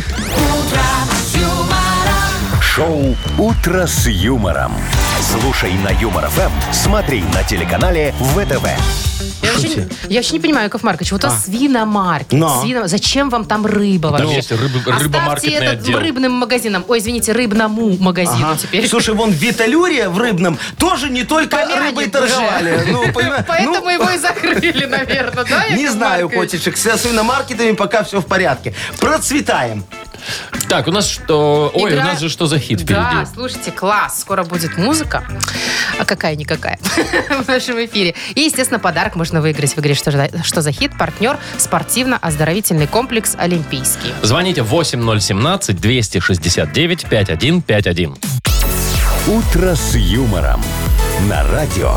Шоу «Утро с юмором». Слушай на Юмор ФМ, смотри на телеканале ВТВ. Я вообще, не- я вообще не понимаю, Яков Маркович, вот у вас свиномаркет. Но. свино- Зачем вам там рыба Там вообще? есть рыбы- Оставьте рыбомаркетный этот отдел. рыбным магазином. Ой, извините, рыбному магазину Ага. теперь. Слушай, вон в Виталюре в рыбном тоже не только Помянет рыбой уже. торговали. Ну, понимаешь, Поэтому ну, его и закрыли, наверное, да, не Яков знаю, Маркович? котичек, со свиномаркетами пока все в порядке. Процветаем. Так, у нас что? Ой, Игра- у нас же что за хит Да, впереди? слушайте, класс. Скоро будет музыка. А какая-никакая в нашем эфире. И, естественно, подарок можно выиграть в игре «Что, за- что за хит?» Партнер спортивно-оздоровительный комплекс «Олимпийский». Звоните восемь ноль семнадцать двести шестьдесят девять пятьдесят один пятьдесят один. «Утро с юмором» на радио.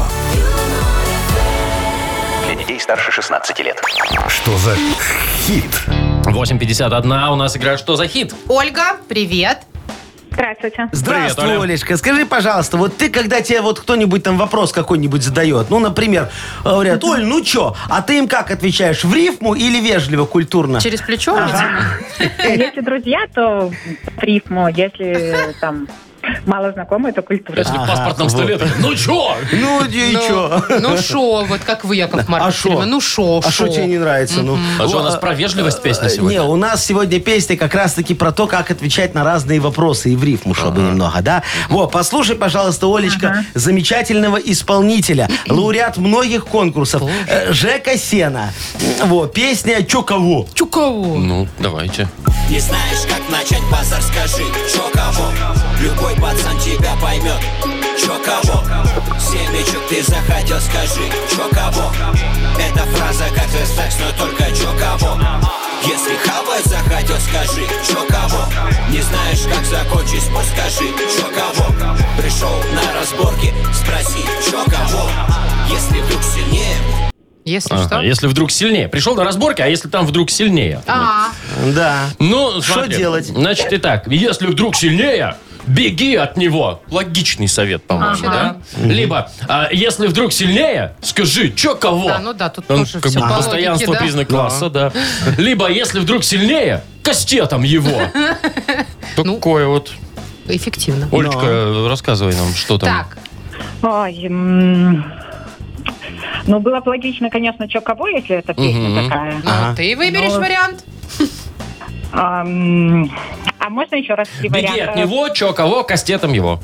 Для детей старше шестнадцати лет. Что за хит? восемь пятьдесят один у нас игра «Что за хит?» Ольга, привет. Здравствуйте. Здравствуй, Привет, Оля. Олечка. Скажи, пожалуйста, вот ты, когда тебе вот кто-нибудь там вопрос какой-нибудь задает, ну, например, говорят, Оль, ну чё, а ты им как отвечаешь, в рифму или вежливо, культурно? Через плечо, видимо. Если друзья, то в рифму. Если там мало знакомые, то культура. Если в Ага, паспортном вот. столе, так, ну чё? Ну, и чё? Ну шо, вот как вы, Яков А Маркович, шо? все время, ну шо, А что тебе не нравится? Ну, А что, у О, нас про вежливость песня э, сегодня? Не, у нас сегодня песня как раз-таки про то, как отвечать на разные вопросы и в рифму, чтобы немного, да? Вот, послушай, пожалуйста, Олечка, замечательного исполнителя, лауреат многих конкурсов, э, Жека Сена. Вот, песня «Чё кого?». Чукову. Ну, давайте. Не знаешь, как начать базар, скажи, чё кого? Любой пацан тебя поймет, чё кого? Семечек ты захотел, скажи, чё кого? Эта фраза как же секс, но только чё кого? Если хавать захотел, скажи, чё кого? Не знаешь, как закончить спор, скажи, чё кого? Пришел на разборки, спроси, чё кого? Если вдруг сильнее, Если Ага, что. если вдруг сильнее. Пришел на разборки, а если там вдруг сильнее? А, Да. Ну, Что смотри, делать? Значит, итак, если вдруг сильнее, беги от него. Логичный совет, по-моему, Ага. да? Либо, а, если вдруг сильнее, скажи, чё кого? Да, ну да, тут Он тоже как всё бы по постоянство логике, да? признак класса, да. Либо, если вдруг сильнее, кастетом его. Ну. Такое вот. эффективно. Олечка, рассказывай нам, что там. Так, Ой, м, ну, было бы логично, конечно, чё кого, если эта песня Мгм. такая. ну Ага. ты выберешь Ну, вариант. А, м, а можно еще раз три Беги варианта? от него, чё кого, кастетом его.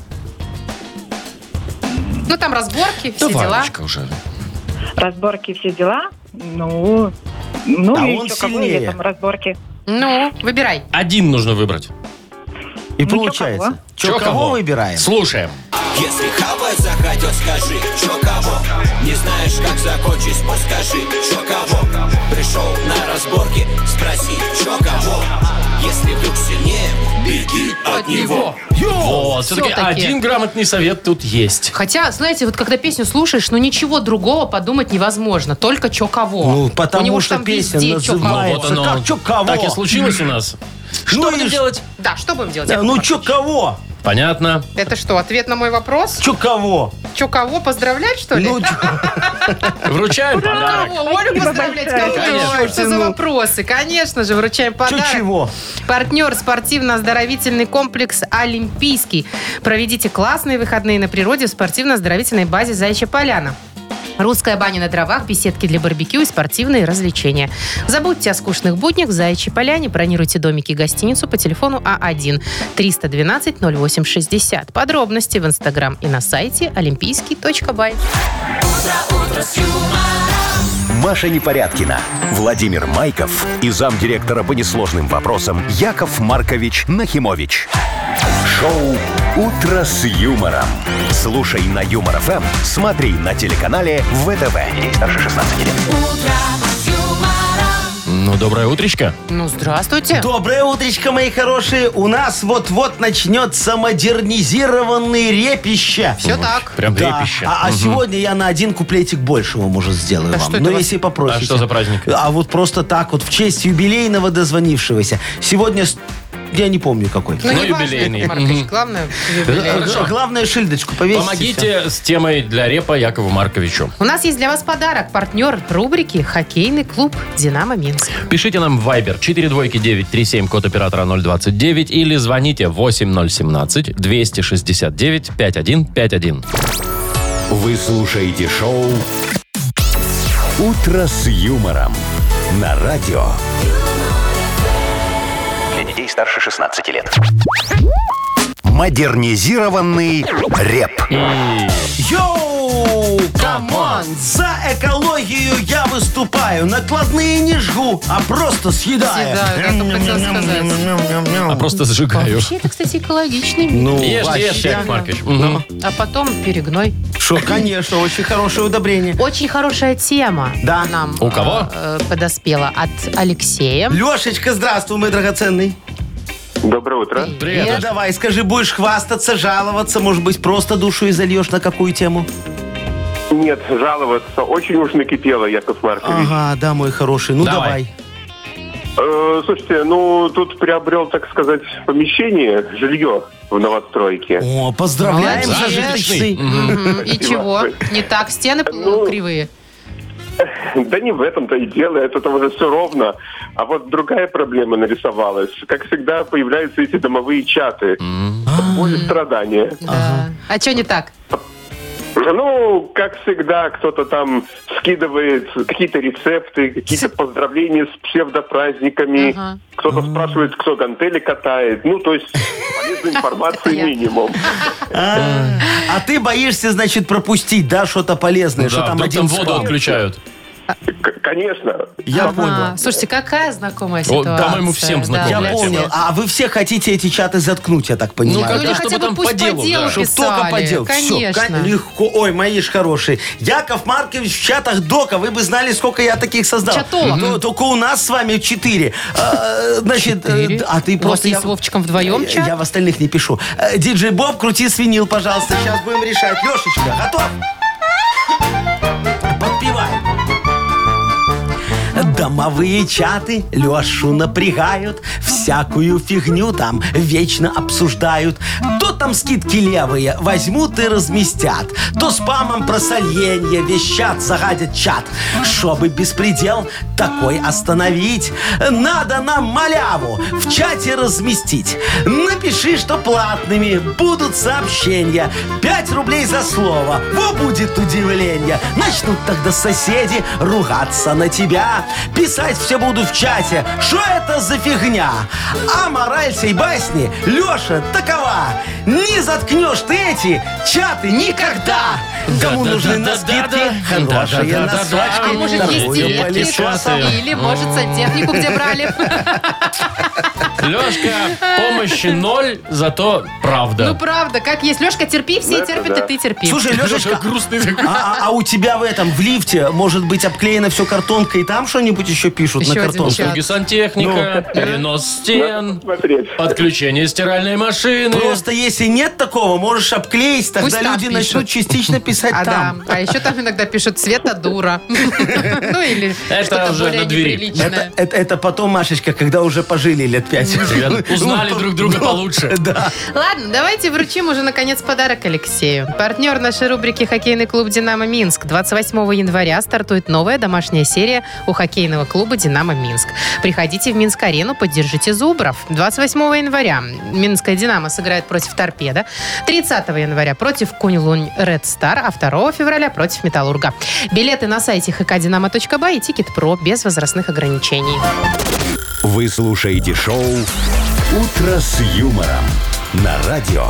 Ну там разборки, все Давай, дела. Олечка, уже. Разборки, все дела. Ну, ну А и он чё кого, сильнее. или там разборки. Ну, выбирай. Один нужно выбрать. И Ну, чё получается, кого? чё Чё кого кого? выбираем? Слушаем. если хавать захотел, скажи, чё кого? Не знаешь, как закончить спор, скажи, чё кого? Пришел на разборки, спроси, чё кого? Если вдруг сильнее, беги от него. Вот, все-таки всё-таки. один грамотный совет тут есть. Хотя, знаете, вот когда песню слушаешь, ну ничего другого подумать невозможно. Только чё кого. Ну, У потому него ж что там песня везде чё кого. называется Вот оно. как «Чё кого?». Так и случилось у нас. Что Ну будем и ш- делать? Да, что будем делать? Да, Яков ну Маркович? чё кого? Понятно. Это что, ответ на мой вопрос? Чё кого? Че, кого поздравлять, что ли? Ну, Вручаем подарок. Кого? Олю поздравлять? Кого? Конечно. Что за вопросы? Конечно же, вручаем подарок. чего? Партнер спортивно-оздоровительный комплекс «Олимпийский». Проведите классные выходные на природе в спортивно-оздоровительной базе «Заячья поляна». Русская баня на дровах, беседки для барбекю и спортивные развлечения. Забудьте о скучных буднях в Заячьей поляне. Бронируйте домики и гостиницу по телефону А один триста двенадцать ноль восемь шестьдесят. Подробности в Инстаграм и на сайте олимпийский точка бай. Маша Непорядкина, Владимир Майков и замдиректора по несложным вопросам Яков Маркович Нахимович. Шоу «Утро с юмором». Слушай на Юмор ФМ, смотри на телеканале ВТВ. Ей старше шестнадцати лет. Ну, доброе утречко. Ну, здравствуйте. Доброе утречко, мои хорошие. У нас вот-вот начнется модернизированный репище. Все так. Прям Да. репище. А, а сегодня я на один куплетик большего, может, сделаю А вам. что это Ну, у вас? если попросите. А что за праздник? А вот просто так вот, в честь юбилейного дозвонившегося. Сегодня... с- Я не помню какой. Ну, Ну, не важно, юбилейный. Яков Маркович, Мгм. главное, Э, юбилей. Хорошо. Главное, шильдочку повесить. Помогите с темой для репа Якову Марковичу. У нас есть для вас подарок. Партнер рубрики «Хоккейный клуб «Динамо Минск». Пишите нам в Viber четыре двойки девять три семь, код оператора ноль двадцать девять, или звоните восемь ноль семнадцать двести шестьдесят девять пятьдесят один пятьдесят один. Вы слушаете шоу «Утро с юмором» на радио. Для детей старше шестнадцати лет. Модернизированный реп. Йоу! Камон! За экологию я выступаю. Накладные не жгу, а просто съедаю. Съедаю, я только хотела сказать. А просто сжигаю. Вообще, это, кстати, экологичный мир. Ну, Ешьте, вообще. ешьте, Яков Маркович. Мгм. А потом перегной. Шо, конечно, очень хорошее удобрение. Очень хорошая тема Да. нам У кого? э, подоспела от Алексея. Лешечка, здравствуй, мой драгоценный. Доброе утро. Привет. Ну, давай, скажи, будешь хвастаться, жаловаться, может быть, просто душу изольешь на какую тему? Нет, жаловаться очень уж накипело, Яков Маркович. Ага, да, мой хороший, ну Давай. давай. Э, слушайте, ну тут приобрел, так сказать, помещение, жилье в новостройке. О, поздравляем, Молодец. зажиточный. Мгм. И Спасибо. чего? Не так стены Ну, кривые? Да не в этом-то и дело, это там уже все ровно. А вот другая проблема нарисовалась. Как всегда, появляются эти домовые чаты. Боль и страдания. Да. А что не так? Ну, как всегда, кто-то там скидывает какие-то рецепты, какие-то поздравления с псевдопраздниками. Ага. Кто-то спрашивает, кто гантели катает. Ну, то есть полезной информации Понятно. минимум. А, а ты боишься, значит, пропустить, да, что-то полезное, что Да, там вдруг один там воду спал. отключают. К- Конечно. Я Ага. понял. Слушайте, какая знакомая О, ситуация. по-моему, всем Да, знакомая Я для тема. понял. всех. А вы все хотите эти чаты заткнуть, я так понимаю. Ну, как- Или Да, хотя чтобы бы там пусть по делу, да. Чтоб писали. только по делу. Всё, Конечно. кон- легко. Ой, мои ж хорошие. Яков Маркович в чатах дока. Вы бы знали, сколько я таких создал. Чатолог. То- Только у нас с вами четыре. А, Значит, Четыре? э, а ты У вас просто... есть я- с Вовчиком вдвоем Я- чат? Я в остальных не пишу. Э, Диджей Боб, крути свинил, пожалуйста. Сейчас будем решать. Лешечка, готов? Подпевай. Домовые чаты Лешу напрягают, всякую фигню там вечно обсуждают. То там скидки левые возьмут и разместят, то спамом про сольенье вещат, загадят чат. Чтобы беспредел такой остановить, надо нам маляву в чате разместить. Напиши, что платными будут сообщения. Пять рублей за слово, во будет удивление. Начнут тогда соседи ругаться на тебя. Писать все буду в чате, что это за фигня. А мораль сей басни, Леша, такова: не заткнешь ты эти чаты никогда. Кому нужны на скидки хорошие носочки, А может, есть торгую и пылесосом. Или, может, сантехнику где брали. Лешка, помощи ноль, зато правда. Ну, правда, как есть. Лешка, терпи, все Это терпят, да. и ты терпи. Слушай, Леша Лешечка, грустный такой. а, а- а у тебя в этом, в лифте, может быть, обклеено все картонкой, и там что-нибудь еще пишут Еще на один картонке? чат. Услуги сантехника, Ну. перенос стен, Смотреть. подключение стиральной машины. Просто если нет такого, можешь обклеить, тогда Пусть там люди пишут. начнут частично писать написать А, там. да. А еще там иногда пишут «Света дура». Ну, или Это что-то уже более на двери. неприличное. Это, это, это потом, Машечка, когда уже пожили лет пять. Узнали друг друга получше. Да. Ладно, давайте вручим уже, наконец, подарок Алексею. Партнер нашей рубрики «Хоккейный клуб «Динамо Минск». двадцать восьмого января стартует новая домашняя серия у хоккейного клуба «Динамо Минск». Приходите в Минск-арену, поддержите Зубров. двадцать восьмого января Минская «Динамо» сыграет против «Торпедо». тридцатого января против «Кунь-Лунь Ред Стар», а второго февраля против «Металлурга». Билеты на сайте эйч кей динамо точка бай и Тикет.Про без возрастных ограничений. Вы слушаете шоу «Утро с юмором» на радио.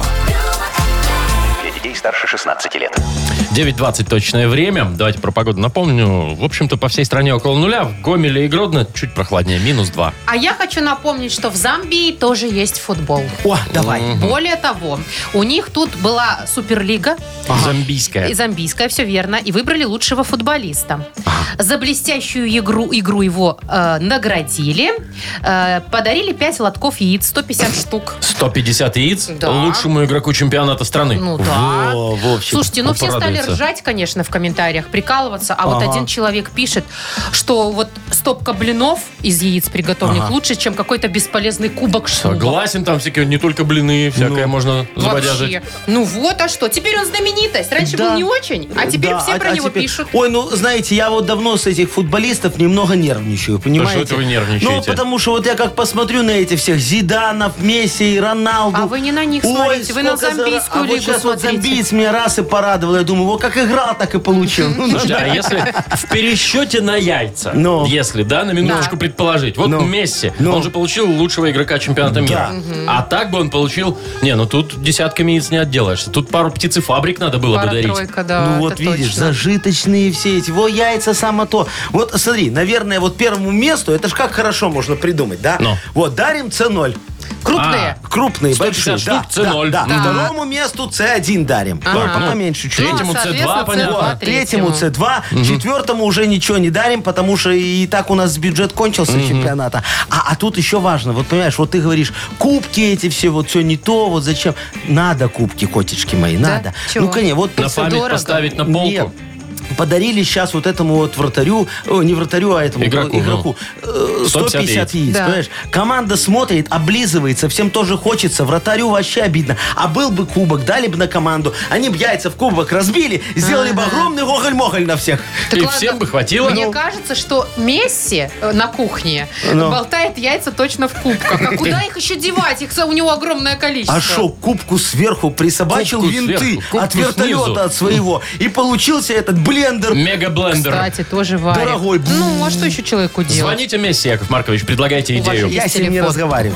Для детей старше шестнадцати лет. девять двадцать точное время. Давайте про погоду напомню. В общем-то, по всей стране около нуля. В Гомеле и Гродно чуть прохладнее, минус два. А я хочу напомнить, что в Замбии тоже есть футбол. О, давай. Более того, у них тут была Суперлига, Замбийская. и замбийская, все верно, и выбрали лучшего футболиста. За блестящую игру, игру его э, наградили, э, подарили пять лотков яиц, сто пятьдесят штук. сто пятьдесят яиц Да. лучшему игроку чемпионата страны. Ну да. Во, Вовчик. Слушайте, ну Он все стали порадуется. ржать, конечно, в комментариях, прикалываться, а вот Ага. один человек пишет, что вот стопка блинов из яиц приготовленных Ага. лучше, чем какой-то бесполезный кубок шуба. Согласен, там всякие, не только блины, всякое можно забодяжить. Вообще. Ну вот, а что? Теперь он знаменитость. Раньше Да. был не очень, а теперь Да, все а- про а него теперь- пишут. Ой, ну, знаете, я вот давно с этих футболистов немного нервничаю, понимаете? что это вы нервничаете? Ну, потому что вот я как посмотрю на этих всех Зиданов, Месси и Роналду. А вы не на них Ой, смотрите, вы на сколько за- замбийскую а вот лигу сейчас вот смотрите. замбиец меня раз и порадовал. Я думаю, вот как играл, так и получил. Ну, Слушайте, а если в пересчете на яйца, Ну. если, да, на минуточку Да. предположить, вот Ну. Месси, Ну. он же получил лучшего игрока чемпионата мира. А так бы он получил, не, ну тут десятками яиц не отделаешься. Тут пару птицефабрик надо было бы дарить. Пара-тройка, да, Ну это вот видишь, точно. зажиточные все эти. Во, яйца само то. Вот смотри, наверное, вот первому месту, это ж как хорошо можно придумать, да? Ну. Вот, дарим С ноль. Крупные. Крупные, сто большие. пятьдесят штук, да, С ноль. Да, да. Мгм. Второму месту С один дарим. Ага. Только поменьше чуть. Третьему Ну, С два, соответственно, понятно. С два. Вот, третьему С два, четвертому уже ничего не дарим, потому что и так у нас бюджет кончился чемпионата. А, а тут еще важно, вот понимаешь, вот ты говоришь, кубки эти все, вот все не то, вот зачем. Надо кубки, котички мои, Да? надо. Чего? Ну, конечно, вот На представь, память дорого. поставить на полку. Нет. Подарили сейчас вот этому вот вратарю, о, не вратарю, а этому Игроку, игроку э, сто сто пятьдесят пятьдесят яиц, Да. понимаешь? Команда смотрит, облизывается, всем тоже хочется, вратарю вообще обидно. А был бы кубок, дали бы на команду, они бы яйца в кубок разбили, сделали бы огромный гоголь-моголь на всех. Так И ладно, всем бы хватило. Мне Ну. кажется, что Месси э, на кухне Ну. болтает яйца точно в кубках. А куда их еще девать? Их у него огромное количество. А шо, кубку сверху присобачил Кубку винты сверху, кубку от вертолета снизу. от своего. И получился этот блендер. Мега-блендер. Кстати, тоже варит. Дорогой. Ну, а что еще человеку делать? Звоните Месси, Яков Маркович, предлагайте У идею. вашей Я с ним не телефон. разговариваю.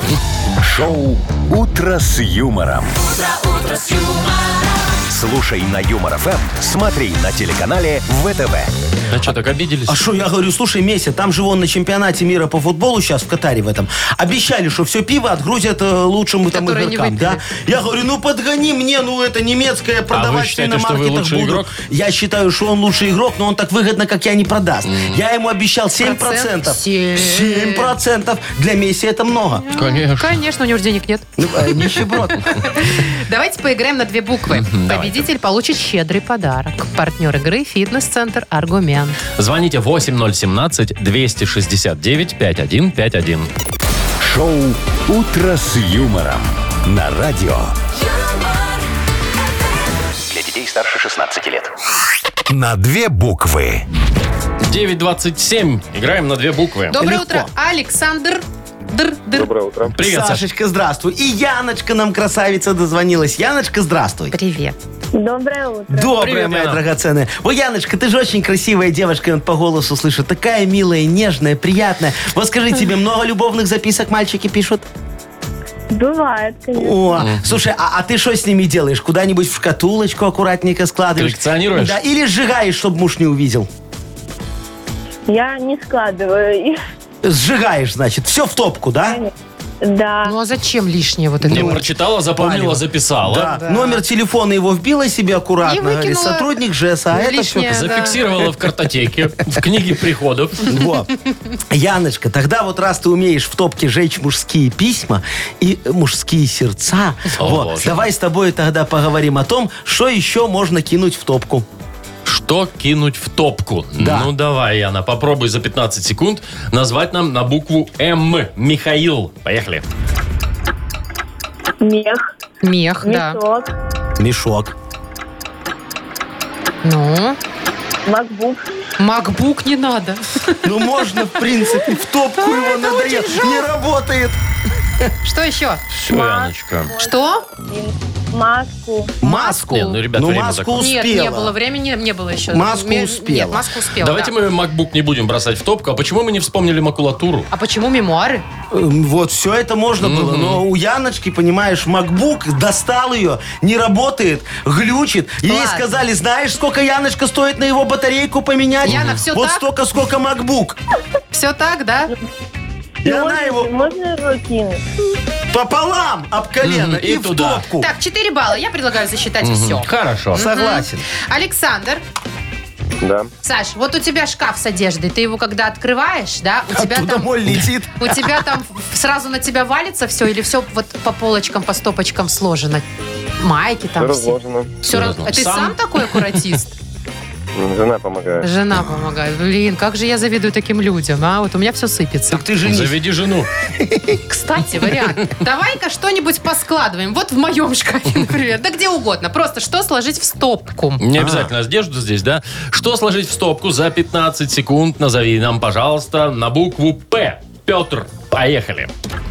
Шоу «Утро с юмором». Слушай на Юмор ФМ, смотри на телеканале ВТВ. А что, так обиделись? А что, я говорю, слушай, Месси, там же вон на чемпионате мира по футболу сейчас в Катаре в этом обещали, что все пиво отгрузят э, лучшим там Которые не игрокам, да? выпили. Я говорю, ну подгони мне, ну это немецкое продавать считаете, на что вы маркетах лучший буду. игрок? Я считаю, что он лучший игрок, но он так выгодно, как я, не продаст. Я ему обещал семь процентов. Семь. семь процентов. Для Месси это много. Конечно. Конечно, у него же денег нет. Ну, э, нищеброд. Давайте поиграем на две буквы. Победитель получит щедрый подарок. Партнер игры «Фитнес-центр Аргумент». Звоните восемь ноль семнадцать двести шестьдесят девять пятьдесят один пятьдесят один. Шоу «Утро с юмором» на радио. Для детей старше шестнадцати лет. На две буквы. девять двадцать семь. Играем на две буквы. Доброе Легко. утро, Александр. Др, др. Доброе утро. Привет, Саш. Сашечка, здравствуй. И Яночка нам, красавица, дозвонилась. Яночка, здравствуй. Привет. Доброе утро. Добрая Привет, моя Яна. драгоценная. Ой, Яночка, ты же очень красивая девушка, я по голосу слышу. Такая милая, нежная, приятная. Вот скажи, тебе много любовных записок мальчики пишут? Бывает, конечно. О, слушай, а, а ты что с ними делаешь? Куда-нибудь в шкатулочку аккуратненько складываешь? Коллекционируешь? Да, или сжигаешь, чтобы муж не увидел? Я не складываю их. Сжигаешь, значит. Все в топку, да? Да. Ну а зачем лишнее вот это? Не вот? прочитала, запомнила, Палево. записала. Да. Номер телефона его вбила себе аккуратно. И Говорит, выкинула сотрудник ЖЭСа. А это все лишнее. Да. Зафиксировала в картотеке, в книге приходов. Вот. Яночка, тогда вот раз ты умеешь в топке жечь мужские письма и мужские сердца, О, вот, Боже. давай с тобой тогда поговорим о том, что еще можно кинуть в топку. Что кинуть в топку? Да. Ну, давай, Яна, попробуй за пятнадцать секунд назвать нам на букву М. Михаил. Поехали. Мех, Мех, да. мешок, Мешок. Ну, макбук, макбук не надо. Ну, можно, в принципе, в топку его надоел. Не работает. Что еще? Все, Яночка. Что? маску, Маску. Не, ну, ребят, ну, время маску закончилось. Нет, успела. не было времени, не было еще. Маску Ме- успела. Нет, маску успела, Давайте да. мы MacBook не будем бросать в топку. А почему мы не вспомнили макулатуру? А почему мемуары? Эм, Вот, все это можно было. Но у Яночки, понимаешь, MacBook достал ее, не работает, глючит. Ей Ладно. сказали, знаешь, сколько, Яночка, стоит на его батарейку поменять? Яна, всё Вот так? столько, сколько MacBook. Все так, да? И она его можно его кинуть? пополам об колено Мгм, и и в туда. топку. Так, четыре балла. Я предлагаю засчитать все. Хорошо. Согласен. Александр, Да. Саш, вот у тебя шкаф с одеждой. Ты его когда открываешь, да, у тебя Оттуда там... моль летит. У тебя там сразу на тебя валится все или все вот по полочкам, по стопочкам сложено? Майки там все. Разложено. Все раз... разложено. А ты Сам? сам такой аккуратист? Жена помогает. Жена помогает. Блин, как же я завидую таким людям, а? Вот у меня все сыпется. Так ты же не... Заведи жену. Кстати, вариант. Давай-ка что-нибудь поскладываем. Вот в моем шкафе, например. Да где угодно. Просто что сложить в стопку? Не обязательно одежду здесь, да? Что сложить в стопку за пятнадцать секунд? Назови нам, пожалуйста, на букву П. Петр, поехали.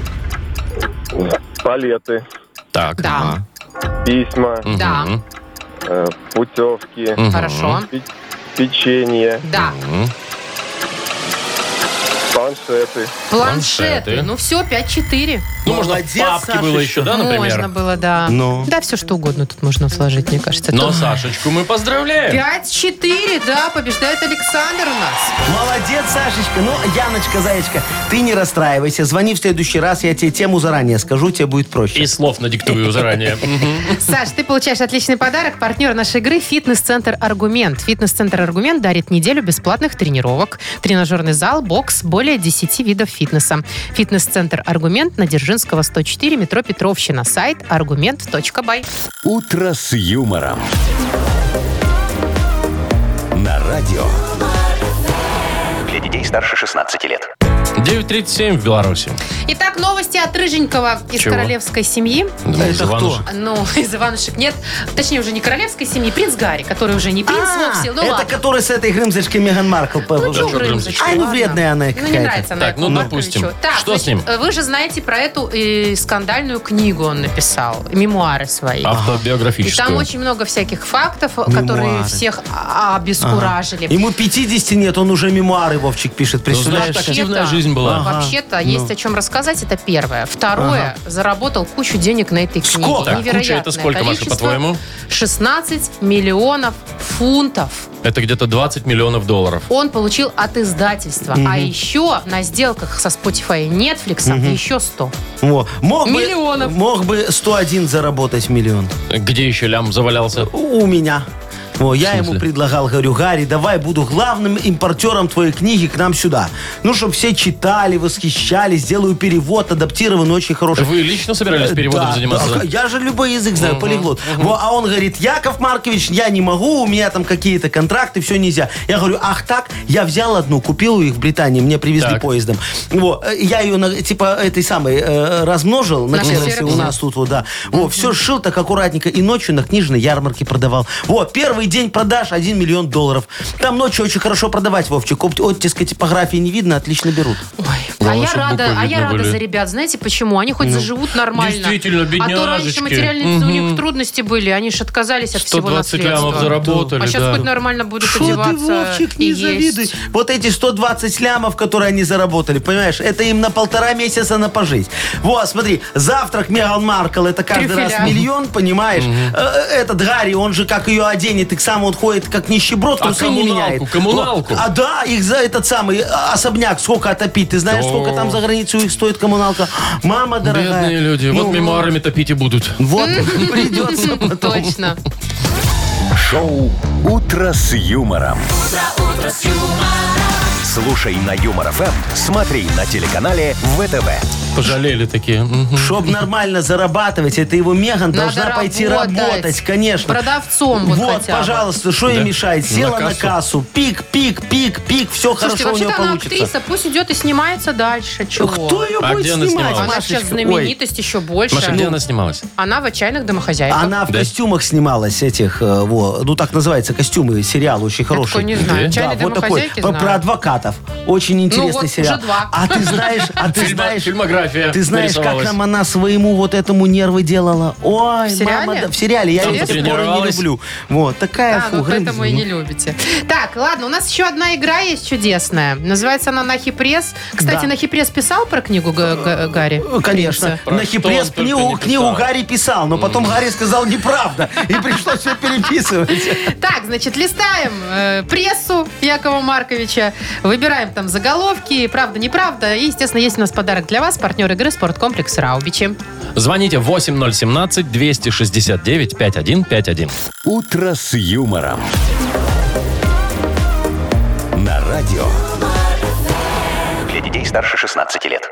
Палеты, Так. Да. письма, Мгм. Да. э, путевки, Мгм. Хорошо. пе- печенье, Да. Мгм. планшеты. Планшеты. Планшеты. Ну все, пять-четыре. Ну, можно Молодец, папки было Сашечка. еще, да, например? Можно было, да. Ну. Да, все что угодно тут можно сложить, мне кажется. Но То- Сашечку мы поздравляем. пять-четыре, да, побеждает Александр у нас. Молодец, Сашечка. Ну, Яночка, Заячка, ты не расстраивайся. Звони в следующий раз, я тебе тему заранее скажу, тебе будет проще. И слов надиктую заранее. Мгм. Саш, ты получаешь отличный подарок. Партнер нашей игры – фитнес-центр «Аргумент». Фитнес-центр «Аргумент» дарит неделю бесплатных тренировок. Тренажерный зал, бокс, более десяти видов фитнеса. Фитнес-центр «Аргумент» на Дзержинского, сто четыре, метро Петровщина. Сайт аргумент точка бай. «Утро с юмором». На радио. Для детей старше шестнадцати лет. девять тридцать семь в Беларуси. Итак, новости от рыженького из Чего? королевской семьи. Думал, Это кто? Иванушек. Ну, из Иванушек нет. Точнее, уже не королевской семьи, принц Гарри, который уже не принц А, вовсе. Ну это ладно. который с этой грымзочкой Меган Маркл. Ну, что чё Грымзочка? Грымзочка, Ай, ну, ладно. вредная она Ну, не какая-то. нравится она Так, ну, Якову допустим. Марковичу. Так, Что с ним? значит, Вы же знаете про эту э, скандальную книгу он написал, мемуары свои. И Автобиографическую. там очень много всяких фактов, которые Мемуары. всех а, обескуражили. Ему пятидесяти нет, он уже мемуары, Вовчик, пишет. Ну, значит, Представляешь? Вообще-то- активная жизнь была. Ага. Вообще-то есть о чем рассказать, это первое. Второе, заработал кучу денег на этой книге. Сколько? Так, куча Невероятное это сколько, Маша, количество. по-твоему? шестнадцать миллионов фунтов. Это где-то двадцать миллионов долларов. Он получил от издательства. А еще на сделках со Spotify и Netflix еще сто. Во. Мог бы, Миллионов. мог бы сто один заработать миллион. Где еще лям завалялся? У у меня. О, я В смысле? ему предлагал, говорю, Гарри, давай буду главным импортером твоей книги к нам сюда. Ну, чтобы все читали, восхищались, сделаю перевод, адаптированный, очень хороший. Вы лично собирались переводом Да, заниматься? да, я же любой язык знаю, полиглот. Во, а он говорит, Яков Маркович, я не могу, у меня там какие-то контракты, все нельзя. Я говорю, ах так, я взял одну, купил их в Британии, мне привезли Так. поездом. Во, э, я ее, на- типа, этой самой, э, размножил на На ксероксе у ксероксе. нас тут, вот, да. Во, все сшил так аккуратненько и ночью на книжной ярмарке продавал. Вот, первый день продаж один миллион долларов. Там ночью очень хорошо продавать, Вовчик. Опт- Оттиска типографии не видно, отлично берут. Ой, а Главное, я чтоб рада, буквы а я видны рада были. за ребят. Знаете почему? Они хоть заживут нормально. Действительно, А то раньше бедняжечки. материальные у Мгм. них трудности были, они же отказались от сто всего двадцать наследства. лямов заработали, А сейчас да. хоть нормально будут Что ты, одеваться Вовчик, и не есть. завидуй. Вот эти сто двадцать лямов, которые они заработали, понимаешь, это им на полтора месяца на пожить. Вот, смотри, завтрак Меган Маркл, это каждый Трюфеля. раз миллион, понимаешь? Э, Этот Гарри, он же как ее оденет, и сам он ходит как нищеброд, А трусы не меняет. коммуналку, коммуналку? Вот. А да, их за этот самый э, особняк сколько отопить. Ты знаешь, О. сколько там за границу их стоит коммуналка? Мама дорогая. Бедные люди. Ну, Вот мемуарами топить и будут. Вот, придется потом. Точно. Шоу «Утро с юмором». Слушай на Юмор ФМ, смотри на телеканале ВТВ. Пожалели такие. Мгм. Чтоб нормально зарабатывать, это его Меган Надо должна пойти работать. работать, конечно. Продавцом вот Вот, хотя бы. пожалуйста, что Да. ей мешает? Села На на кассу. кассу, пик, пик, пик, пик, все Слушайте, хорошо у нее вообще-то она получится. актриса, пусть идет и снимается дальше. Чего? Кто ее А будет где она снимать, снималась? Она Машечка? сейчас знаменитость еще больше. Маша, где она снималась? Она в «Отчаянных домохозяйках». Она в Да. костюмах снималась этих, э, во, ну так называется, костюмы, сериал очень хороший. такой не знаю. Да, «Отчаянные Да, вот такой, домохозяйки» про, знаю. про адвокатов. Очень интересный вот сериал. уже два. А ты знаешь, а ты Фильма- знаешь, фильмография ты знаешь, как нарисовалась. там она своему вот этому нервы делала? Ой, В сериале? мама, да, в сериале. Я Там ее до сих пор и не потренировалась. люблю. Вот, такая Да, фу, ну грызь. поэтому и не любите. Так, ладно, у нас еще одна игра есть чудесная. Называется она «Нахи пресс». Кстати, Да. Нахи пресс писал про книгу Га- Га- Гарри? Ну, конечно. Про На что Хипресс он только книгу, не книгу писал. Гарри писал, но потом Гарри сказал неправда. И пришлось все переписывать. Так, значит, листаем э, прессу Якова Марковича, выбираем там заголовки, правда, неправда. И, естественно, есть у нас подарок для вас, партнер игры «Спорткомплекс Раубичи». Звоните восемь ноль семнадцать двести шестьдесят девять пятьдесят один пятьдесят один. «Утро с юмором». На радио. Для детей старше шестнадцати лет.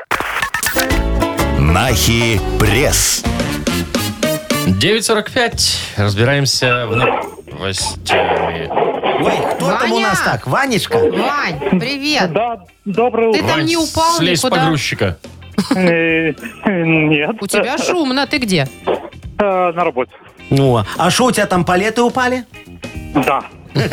Нахи пресс. девять сорок пять. Разбираемся в новостями. Ой, кто там у Ваня! нас так? Ванечка? Вань, привет. Да, доброе Ты утро. там не упал Слезь с никуда? погрузчика. Э, Нет. У тебя шумно, ты где? Э, На работе. Ну, а что у тебя там палеты упали? Да.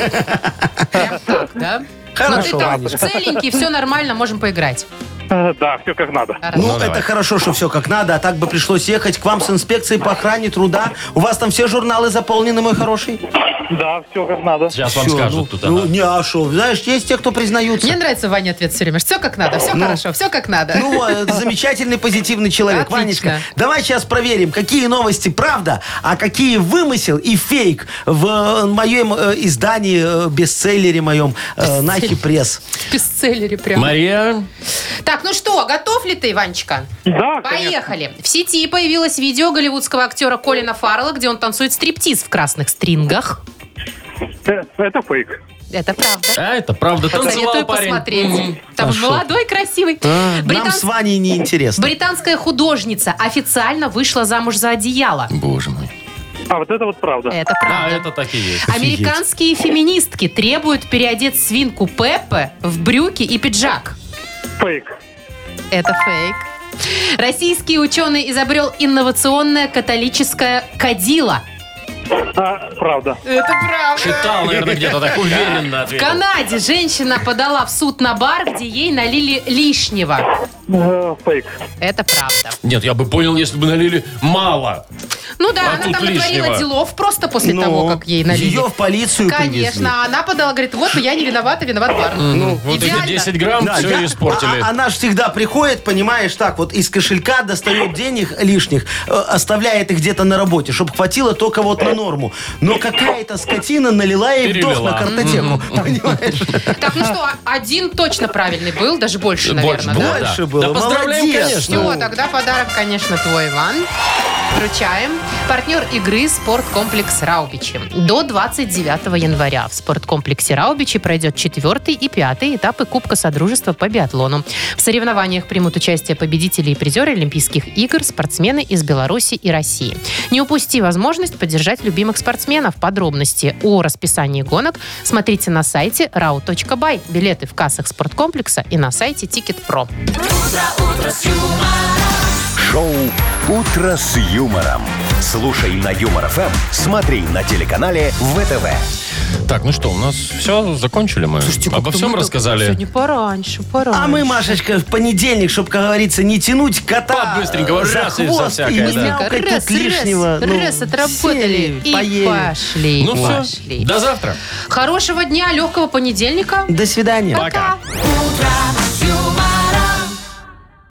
Прям так, да? Хорошо, Ну ты там Ванечка. целенький, все нормально, можем поиграть. Э, Да, все как надо. Хорошо. Ну, Ну, это давай. хорошо, что все как надо, а так бы пришлось ехать к вам с инспекцией по охране труда. У вас там все журналы заполнены, мой хороший? Да, все как надо. Сейчас вам Всё, скажут ну, тут. Ну, ага. не, а шо, знаешь, есть те, кто признаются. Мне нравится Ваня ответ все время. Все как надо, все хорошо, все как надо. Ну, э, замечательный, позитивный человек. Отлично. Ванечка, давай сейчас проверим, какие новости правда, а какие вымысел и фейк в э, моем э, издании, э, бестселлере моем э, «Нахи пресс». В бестселлере прям. Мария, Так, ну что, готов ли ты, Ванечка? Да, конечно. Поехали. В сети появилось видео голливудского актера Колина Фаррелла, где он танцует стриптиз в красных стрингах. Э, Это фейк. Это правда. а это правда, танцевал Советую парень. посмотреть. Мгм. Там А шо? молодой, красивый. Нам Британ- с Ваней неинтересно. Британская художница официально вышла замуж за одеяло. Боже мой. А вот это вот правда. Это Да, правда. это так и есть. Американские феминистки требуют переодеть свинку Пеппе в брюки и пиджак. Фейк. Это фейк. Российский ученый изобрел инновационное католическое кадило. А, правда. Это правда. Читал, наверное, где-то так уверенно В ответил. Канаде женщина подала в суд на бар, где ей налили лишнего. Э, Фейк. Это правда. Нет, я бы понял, если бы налили мало. Ну да, А она тут там натворила лишнего. делов просто после Ну, того, как ей налили. Ее в полицию привезли. Конечно, она подала, говорит, вот я не виновата, виноват бар. Ну, вот идеально. эти десять грамм Да, все я- испортили. а- а- она же всегда приходит, понимаешь, так вот из кошелька достает денег лишних, э, оставляет их где-то на работе, чтобы хватило только вот на норму. Но какая-то скотина налила ей в дох Перелила. на картотеку. Понимаешь? Так, ну что, один точно правильный был, даже больше, Больше наверное, было, да? да. Больше было. Да поздравляем, Молодец. конечно. Все, тогда подарок, конечно, твой, Иван. Вручаем. Партнер игры «Спорткомплекс Раубичи». До двадцать девятого января в спорткомплексе Раубичи пройдет четвертый и пятый этапы Кубка Содружества по биатлону. В соревнованиях примут участие победители и призеры Олимпийских игр, спортсмены из Беларуси и России. Не упусти возможность поддержать любимых спортсменов. Подробности о расписании гонок смотрите на сайте рау точка бай. Билеты в кассах спорткомплекса и на сайте Тикет.Про. Шоу «Утро с юмором». Слушай на Юмор ФМ, смотри на телеканале ВТВ. Так, ну что, у нас все, закончили мы. Слушайте, Обо как-то всем мы так рассказали. Сегодня пораньше, пораньше. А мы, Машечка, в понедельник, чтобы, как говорится, не тянуть кота По-быстренькому, за раз и за хвост всякое, и не да. мялкать раз, тут лишнего. раз, Ну, раз отработали сели, и поели. пошли, Ну все, пошли. до завтра. Хорошего дня, легкого понедельника. До свидания. Пока. Пока.